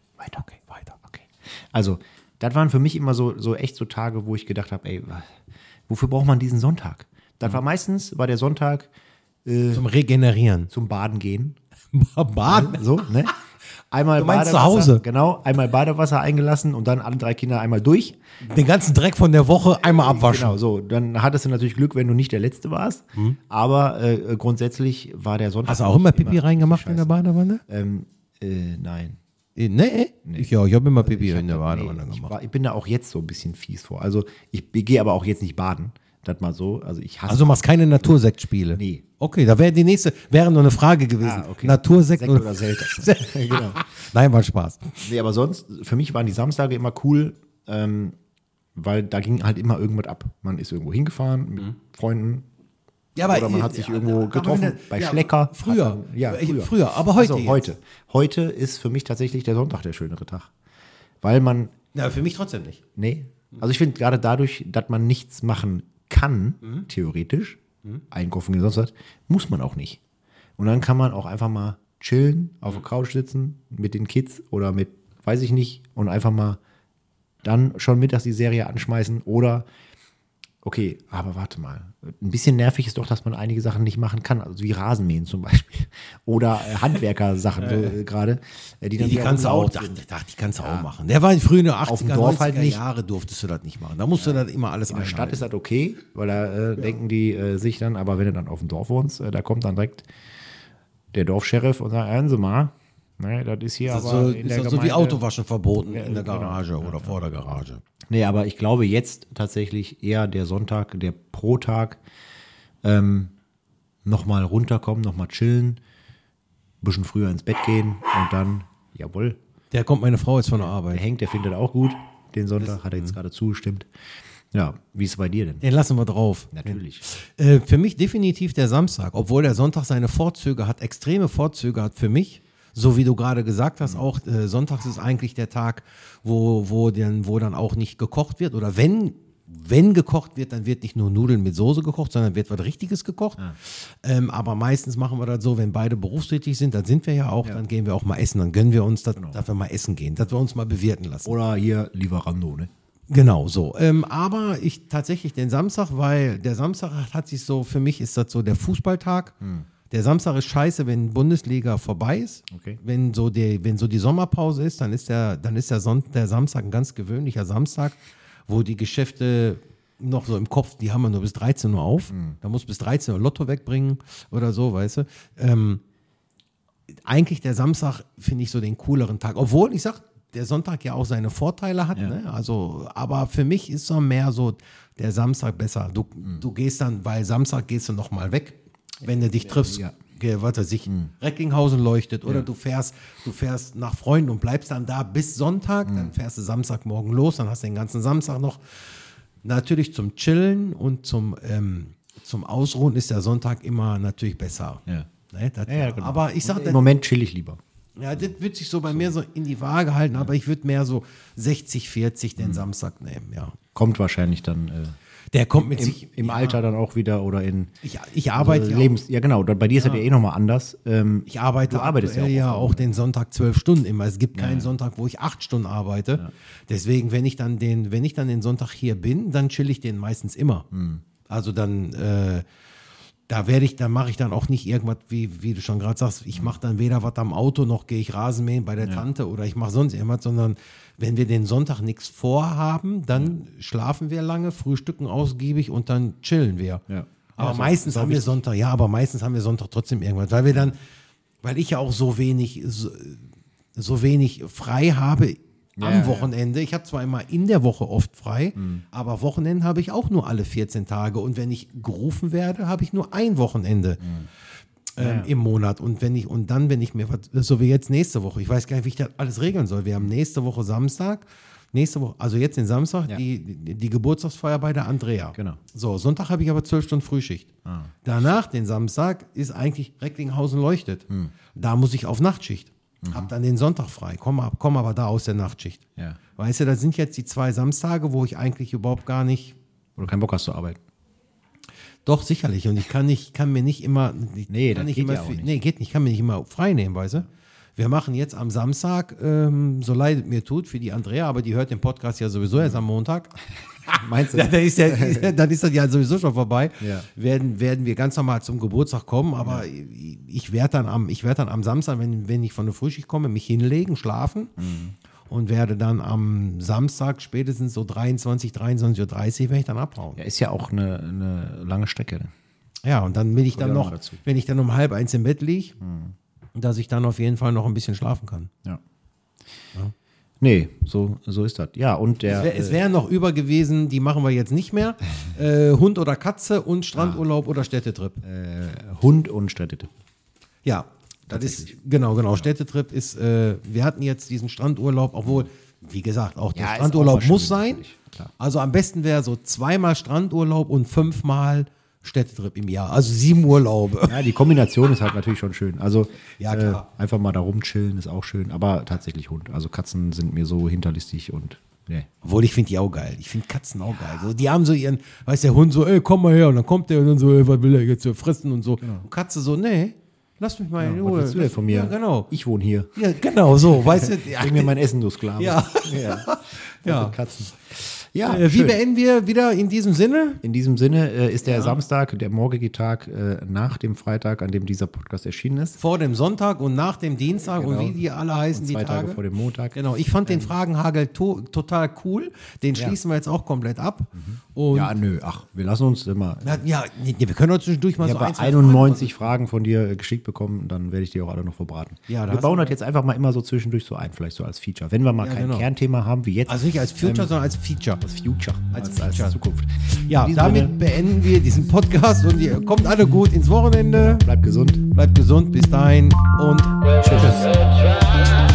Speaker 3: Also, das waren für mich immer so echt so Tage, wo ich gedacht habe, ey, wofür braucht man diesen Sonntag? Das war meistens, der Sonntag
Speaker 2: zum Regenerieren.
Speaker 3: Zum Baden gehen.
Speaker 2: Baden?
Speaker 3: So, ne? Einmal
Speaker 2: du meinst
Speaker 3: Badewasser,
Speaker 2: zu Hause?
Speaker 3: Genau, einmal Badewasser eingelassen und dann alle 3 Kinder einmal durch.
Speaker 2: Den ganzen Dreck von der Woche einmal abwaschen.
Speaker 3: Genau, so. Dann hattest du natürlich Glück, wenn du nicht der Letzte warst. Aber grundsätzlich war der Sonntag.
Speaker 2: Hast du auch immer Pipi reingemacht in der Badewanne?
Speaker 3: Nein.
Speaker 2: Nee. Ich habe immer Pipi in der Badewanne gemacht.
Speaker 3: Ich bin da auch jetzt so ein bisschen fies vor. Also ich gehe aber auch jetzt nicht baden. Das mal so. Also ich hasse.
Speaker 2: Also machst keine Natursektspiele?
Speaker 3: Nee.
Speaker 2: Okay, da wäre noch eine Frage gewesen.
Speaker 3: Okay.
Speaker 2: Natursekt
Speaker 3: Sekt oder Selter. Genau.
Speaker 2: Nein, war Spaß.
Speaker 3: Nee, aber sonst, für mich waren die Samstage immer cool, weil da ging halt immer irgendwas ab. Man ist irgendwo hingefahren mit Freunden.
Speaker 2: Ja, aber
Speaker 3: oder man hat sich irgendwo getroffen, bei Schlecker.
Speaker 2: Früher.
Speaker 3: Früher.
Speaker 2: Aber heute.
Speaker 3: Also heute. Heute ist für mich tatsächlich der Sonntag der schönere Tag. Weil man.
Speaker 2: Ja, für mich trotzdem nicht.
Speaker 3: Nee. Also ich finde gerade dadurch, dass man nichts machen kann, theoretisch, einkaufen gehen, sonst was, muss man auch nicht. Und dann kann man auch einfach mal chillen, auf der Couch sitzen, mit den Kids oder mit, weiß ich nicht, und einfach mal dann schon mittags die Serie anschmeißen oder, okay, aber warte mal, ein bisschen nervig ist doch, dass man einige Sachen nicht machen kann, also wie Rasenmähen zum Beispiel oder Handwerkersachen so, gerade.
Speaker 2: Die kannst du auch, die kannst du auch machen. Der war früher in den 80er,
Speaker 3: auf dem Dorf 90er
Speaker 2: halt nicht. Jahre durftest du das nicht machen. Da musst du das immer alles
Speaker 3: in der Stadt ist das okay, weil da denken die sich dann, aber wenn du dann auf dem Dorf wohnst, da kommt dann direkt der Dorfscheriff und sagt, hören Sie mal, ne, das ist hier
Speaker 2: ist
Speaker 3: aber
Speaker 2: so,
Speaker 3: in der
Speaker 2: ist das
Speaker 3: Gemeinde,
Speaker 2: so wie Autowaschen verboten in der
Speaker 3: genau.
Speaker 2: Garage oder vor der Garage.
Speaker 3: Nee, aber ich glaube jetzt tatsächlich eher der Sonntag, der pro Tag nochmal runterkommen, nochmal chillen, ein bisschen früher ins Bett gehen und dann, jawohl.
Speaker 2: Der kommt meine Frau jetzt von der
Speaker 3: Der
Speaker 2: Arbeit.
Speaker 3: Henk, der findet auch gut den Sonntag, hat er jetzt gerade zugestimmt. Ja, wie ist es bei dir denn?
Speaker 2: Den lassen wir drauf.
Speaker 3: Natürlich.
Speaker 2: Für mich definitiv der Samstag, obwohl der Sonntag seine Vorzüge hat, extreme Vorzüge hat für mich. So wie du gerade gesagt hast, auch sonntags ist eigentlich der Tag, wo dann auch nicht gekocht wird. Oder wenn gekocht wird, dann wird nicht nur Nudeln mit Soße gekocht, sondern wird was Richtiges gekocht. Ja. Aber meistens machen wir das so, wenn beide berufstätig sind, dann sind wir ja auch, dann gehen wir auch mal essen, dann gönnen wir uns, dass wir mal essen gehen, dass wir uns mal bewirten lassen.
Speaker 3: Oder hier Lieferando, ne?
Speaker 2: Genau, so. Aber ich tatsächlich den Samstag, weil der Samstag hat sich so, für mich ist das so der Fußballtag. Der Samstag ist scheiße, wenn Bundesliga vorbei ist.
Speaker 3: Okay.
Speaker 2: Wenn so die Sommerpause ist, dann ist der Samstag ein ganz gewöhnlicher Samstag, wo die Geschäfte noch so im Kopf, die haben wir nur bis 13 Uhr auf. Da muss bis 13 Uhr Lotto wegbringen oder so, weißt du. Eigentlich der Samstag finde ich so den cooleren Tag. Obwohl, ich sag, der Sonntag ja auch seine Vorteile hat. Ja. Ne? Also, aber für mich ist so mehr so der Samstag besser. Du gehst dann, weil Samstag gehst du nochmal weg, wenn du dich triffst. Ja. Recklinghausen leuchtet oder du fährst nach Freunden und bleibst dann da bis Sonntag, dann fährst du Samstagmorgen los, dann hast du den ganzen Samstag noch. Natürlich zum Chillen und zum Ausruhen ist der Sonntag immer natürlich besser.
Speaker 3: Ja.
Speaker 2: Ne?
Speaker 3: Genau.
Speaker 2: Aber ich sag,
Speaker 3: im Moment chill ich lieber.
Speaker 2: Ja, das wird sich so bei mir so in die Waage halten, aber ich würde mehr so 60-40 den Samstag nehmen, ja.
Speaker 3: Kommt wahrscheinlich dann
Speaker 2: der kommt mit sich
Speaker 3: im Alter dann auch wieder oder in
Speaker 2: ich arbeite
Speaker 3: ja genau, bei dir ist das ja eh nochmal anders.
Speaker 2: Ich arbeite auch den Sonntag 12 Stunden immer. Es gibt keinen Sonntag, wo ich 8 Stunden arbeite. Ja. Deswegen, wenn ich dann den Sonntag hier bin, dann chill ich den meistens immer. Also dann da mache ich dann auch nicht irgendwas, wie du schon gerade sagst, ich mache dann weder was am Auto, noch gehe ich Rasenmähen bei der Tante oder ich mache sonst irgendwas, sondern wenn wir den Sonntag nichts vorhaben, dann schlafen wir lange, frühstücken ausgiebig und dann chillen wir. Ja. Aber meistens haben wir Sonntag trotzdem irgendwas, weil ich ja auch so wenig frei habe am Wochenende. Ich habe zwar immer in der Woche oft frei, aber Wochenende habe ich auch nur alle 14 Tage. Und wenn ich gerufen werde, habe ich nur ein Wochenende im Monat. Und wenn ich mir so wie jetzt nächste Woche, ich weiß gar nicht, wie ich das alles regeln soll. Wir haben nächste Woche Samstag, also jetzt den Samstag, die Geburtstagsfeier bei der Andrea.
Speaker 3: Genau.
Speaker 2: So, Sonntag habe ich aber 12 Stunden Frühschicht. Danach, den Samstag, ist eigentlich Recklinghausen leuchtet. Da muss ich auf Nachtschicht. Hab dann den Sonntag frei, komm aber da aus der Nachtschicht. Ja. Weißt du, das sind jetzt die 2 Samstage, wo ich eigentlich überhaupt gar nicht...
Speaker 3: Wo du keinen Bock hast zu arbeiten.
Speaker 2: Doch, sicherlich. Und ich kann mir nicht immer...
Speaker 3: Nee, das geht ja auch nicht.
Speaker 2: Nee, geht nicht. Ich kann mir nicht immer frei nehmen, weißt du? Wir machen jetzt am Samstag, so leid es mir tut, für die Andrea, aber die hört den Podcast ja sowieso erst am Montag.
Speaker 3: Meinst du?
Speaker 2: Dann ist das ja sowieso schon vorbei.
Speaker 3: Ja.
Speaker 2: Werden wir ganz normal zum Geburtstag kommen, aber ich werde dann am Samstag, wenn ich von der Frühschicht komme, mich hinlegen, schlafen und werde dann am Samstag spätestens so 23:30 Uhr werde ich dann abhauen.
Speaker 3: Ja, ist ja auch eine lange Strecke. Ne?
Speaker 2: Ja, und dann bin ich dann noch, wenn ich dann um 12:30 im Bett liege, dass ich dann auf jeden Fall noch ein bisschen schlafen kann.
Speaker 3: Ja. Nee, so ist das. Ja, und
Speaker 2: es wären noch über gewesen, die machen wir jetzt nicht mehr. Hund oder Katze und Strandurlaub oder Städtetrip.
Speaker 3: Hund und Städtetrip.
Speaker 2: Ja, das ist, genau. Städtetrip ist, wir hatten jetzt diesen Strandurlaub, obwohl, wie gesagt, auch der Strandurlaub
Speaker 3: auch
Speaker 2: muss sein.
Speaker 3: Klar.
Speaker 2: Also am besten wäre so 2-mal Strandurlaub und 5-mal Städtetrip im Jahr, also 7 Urlaube.
Speaker 3: Ja, die Kombination ist halt natürlich schon schön. Also
Speaker 2: Ja, klar.
Speaker 3: Einfach mal da rumchillen ist auch schön, aber tatsächlich Hund. Also Katzen sind mir so hinterlistig und nee.
Speaker 2: Obwohl, ich finde die auch geil. Ich finde Katzen auch geil. So, die haben so ihren, weiß der Hund so, ey, komm mal her. Und dann kommt der und dann so, ey, was will der jetzt so fressen und so. Und Katze so, nee, lass mich mal in Ruhe.
Speaker 3: Was willst du denn von mir?
Speaker 2: Ja, genau.
Speaker 3: Ich wohne hier.
Speaker 2: Ja, genau, so, weißt du.
Speaker 3: Bring mir mein Essen, du Sklave.
Speaker 2: Ja.
Speaker 3: Das sind Katzen. Ja,
Speaker 2: Wie
Speaker 3: schön.
Speaker 2: beenden wir wieder in diesem Sinne?
Speaker 3: In diesem Sinne ist der Samstag, der morgige Tag nach dem Freitag, an dem dieser Podcast erschienen ist.
Speaker 2: Vor dem Sonntag und nach dem Dienstag und wie die alle heißen,
Speaker 3: Und
Speaker 2: die
Speaker 3: 2 Tage
Speaker 2: Tage.
Speaker 3: vor dem Montag.
Speaker 2: Genau, ich fand den Fragenhagel total cool. Den schließen wir jetzt auch komplett ab. Und
Speaker 3: Ja, nö, ach, wir lassen uns immer.
Speaker 2: wir können uns zwischendurch mal
Speaker 3: Ich
Speaker 2: so
Speaker 3: habe 91 Fragen von dir geschickt bekommen, dann werde ich die auch alle noch verbraten.
Speaker 2: Ja, da
Speaker 3: wir
Speaker 2: hast
Speaker 3: bauen
Speaker 2: du
Speaker 3: das jetzt einfach mal immer so zwischendurch so ein, vielleicht so als Feature. Wenn wir mal kein
Speaker 2: genau.
Speaker 3: Kernthema haben wie jetzt.
Speaker 2: Also nicht als Future, sondern als Feature.
Speaker 3: als Future.
Speaker 2: Als
Speaker 3: Als
Speaker 2: Feature.
Speaker 3: Zukunft.
Speaker 2: Ja,
Speaker 3: In diesem
Speaker 2: damit
Speaker 3: Sinne,
Speaker 2: beenden wir diesen Podcast und ihr kommt alle gut ins Wochenende.
Speaker 3: bleibt gesund.
Speaker 2: Bleibt gesund, bis dahin und tschüss.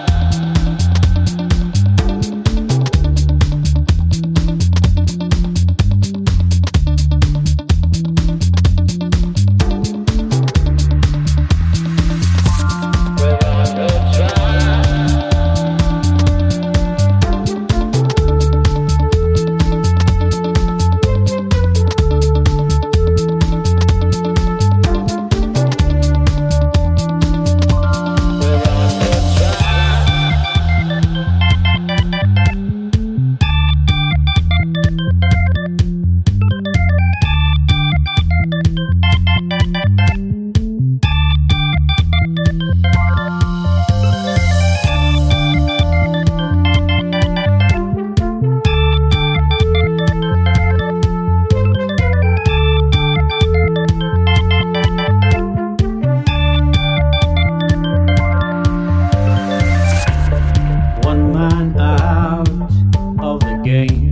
Speaker 4: One man out of the game.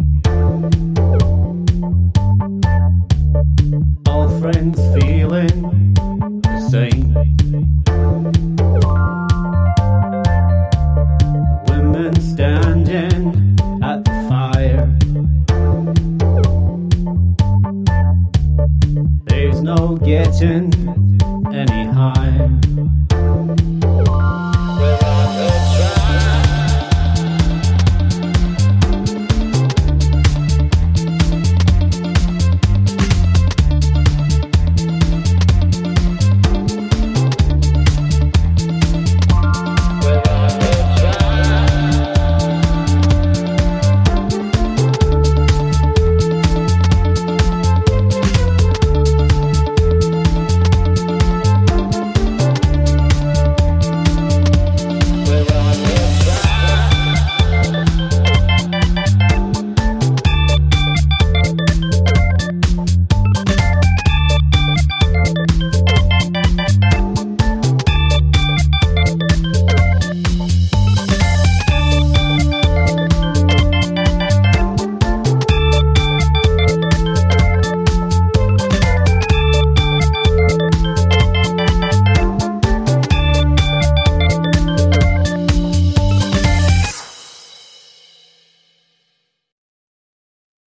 Speaker 4: All friends feeling the same. Women standing at the fire. There's no getting any higher.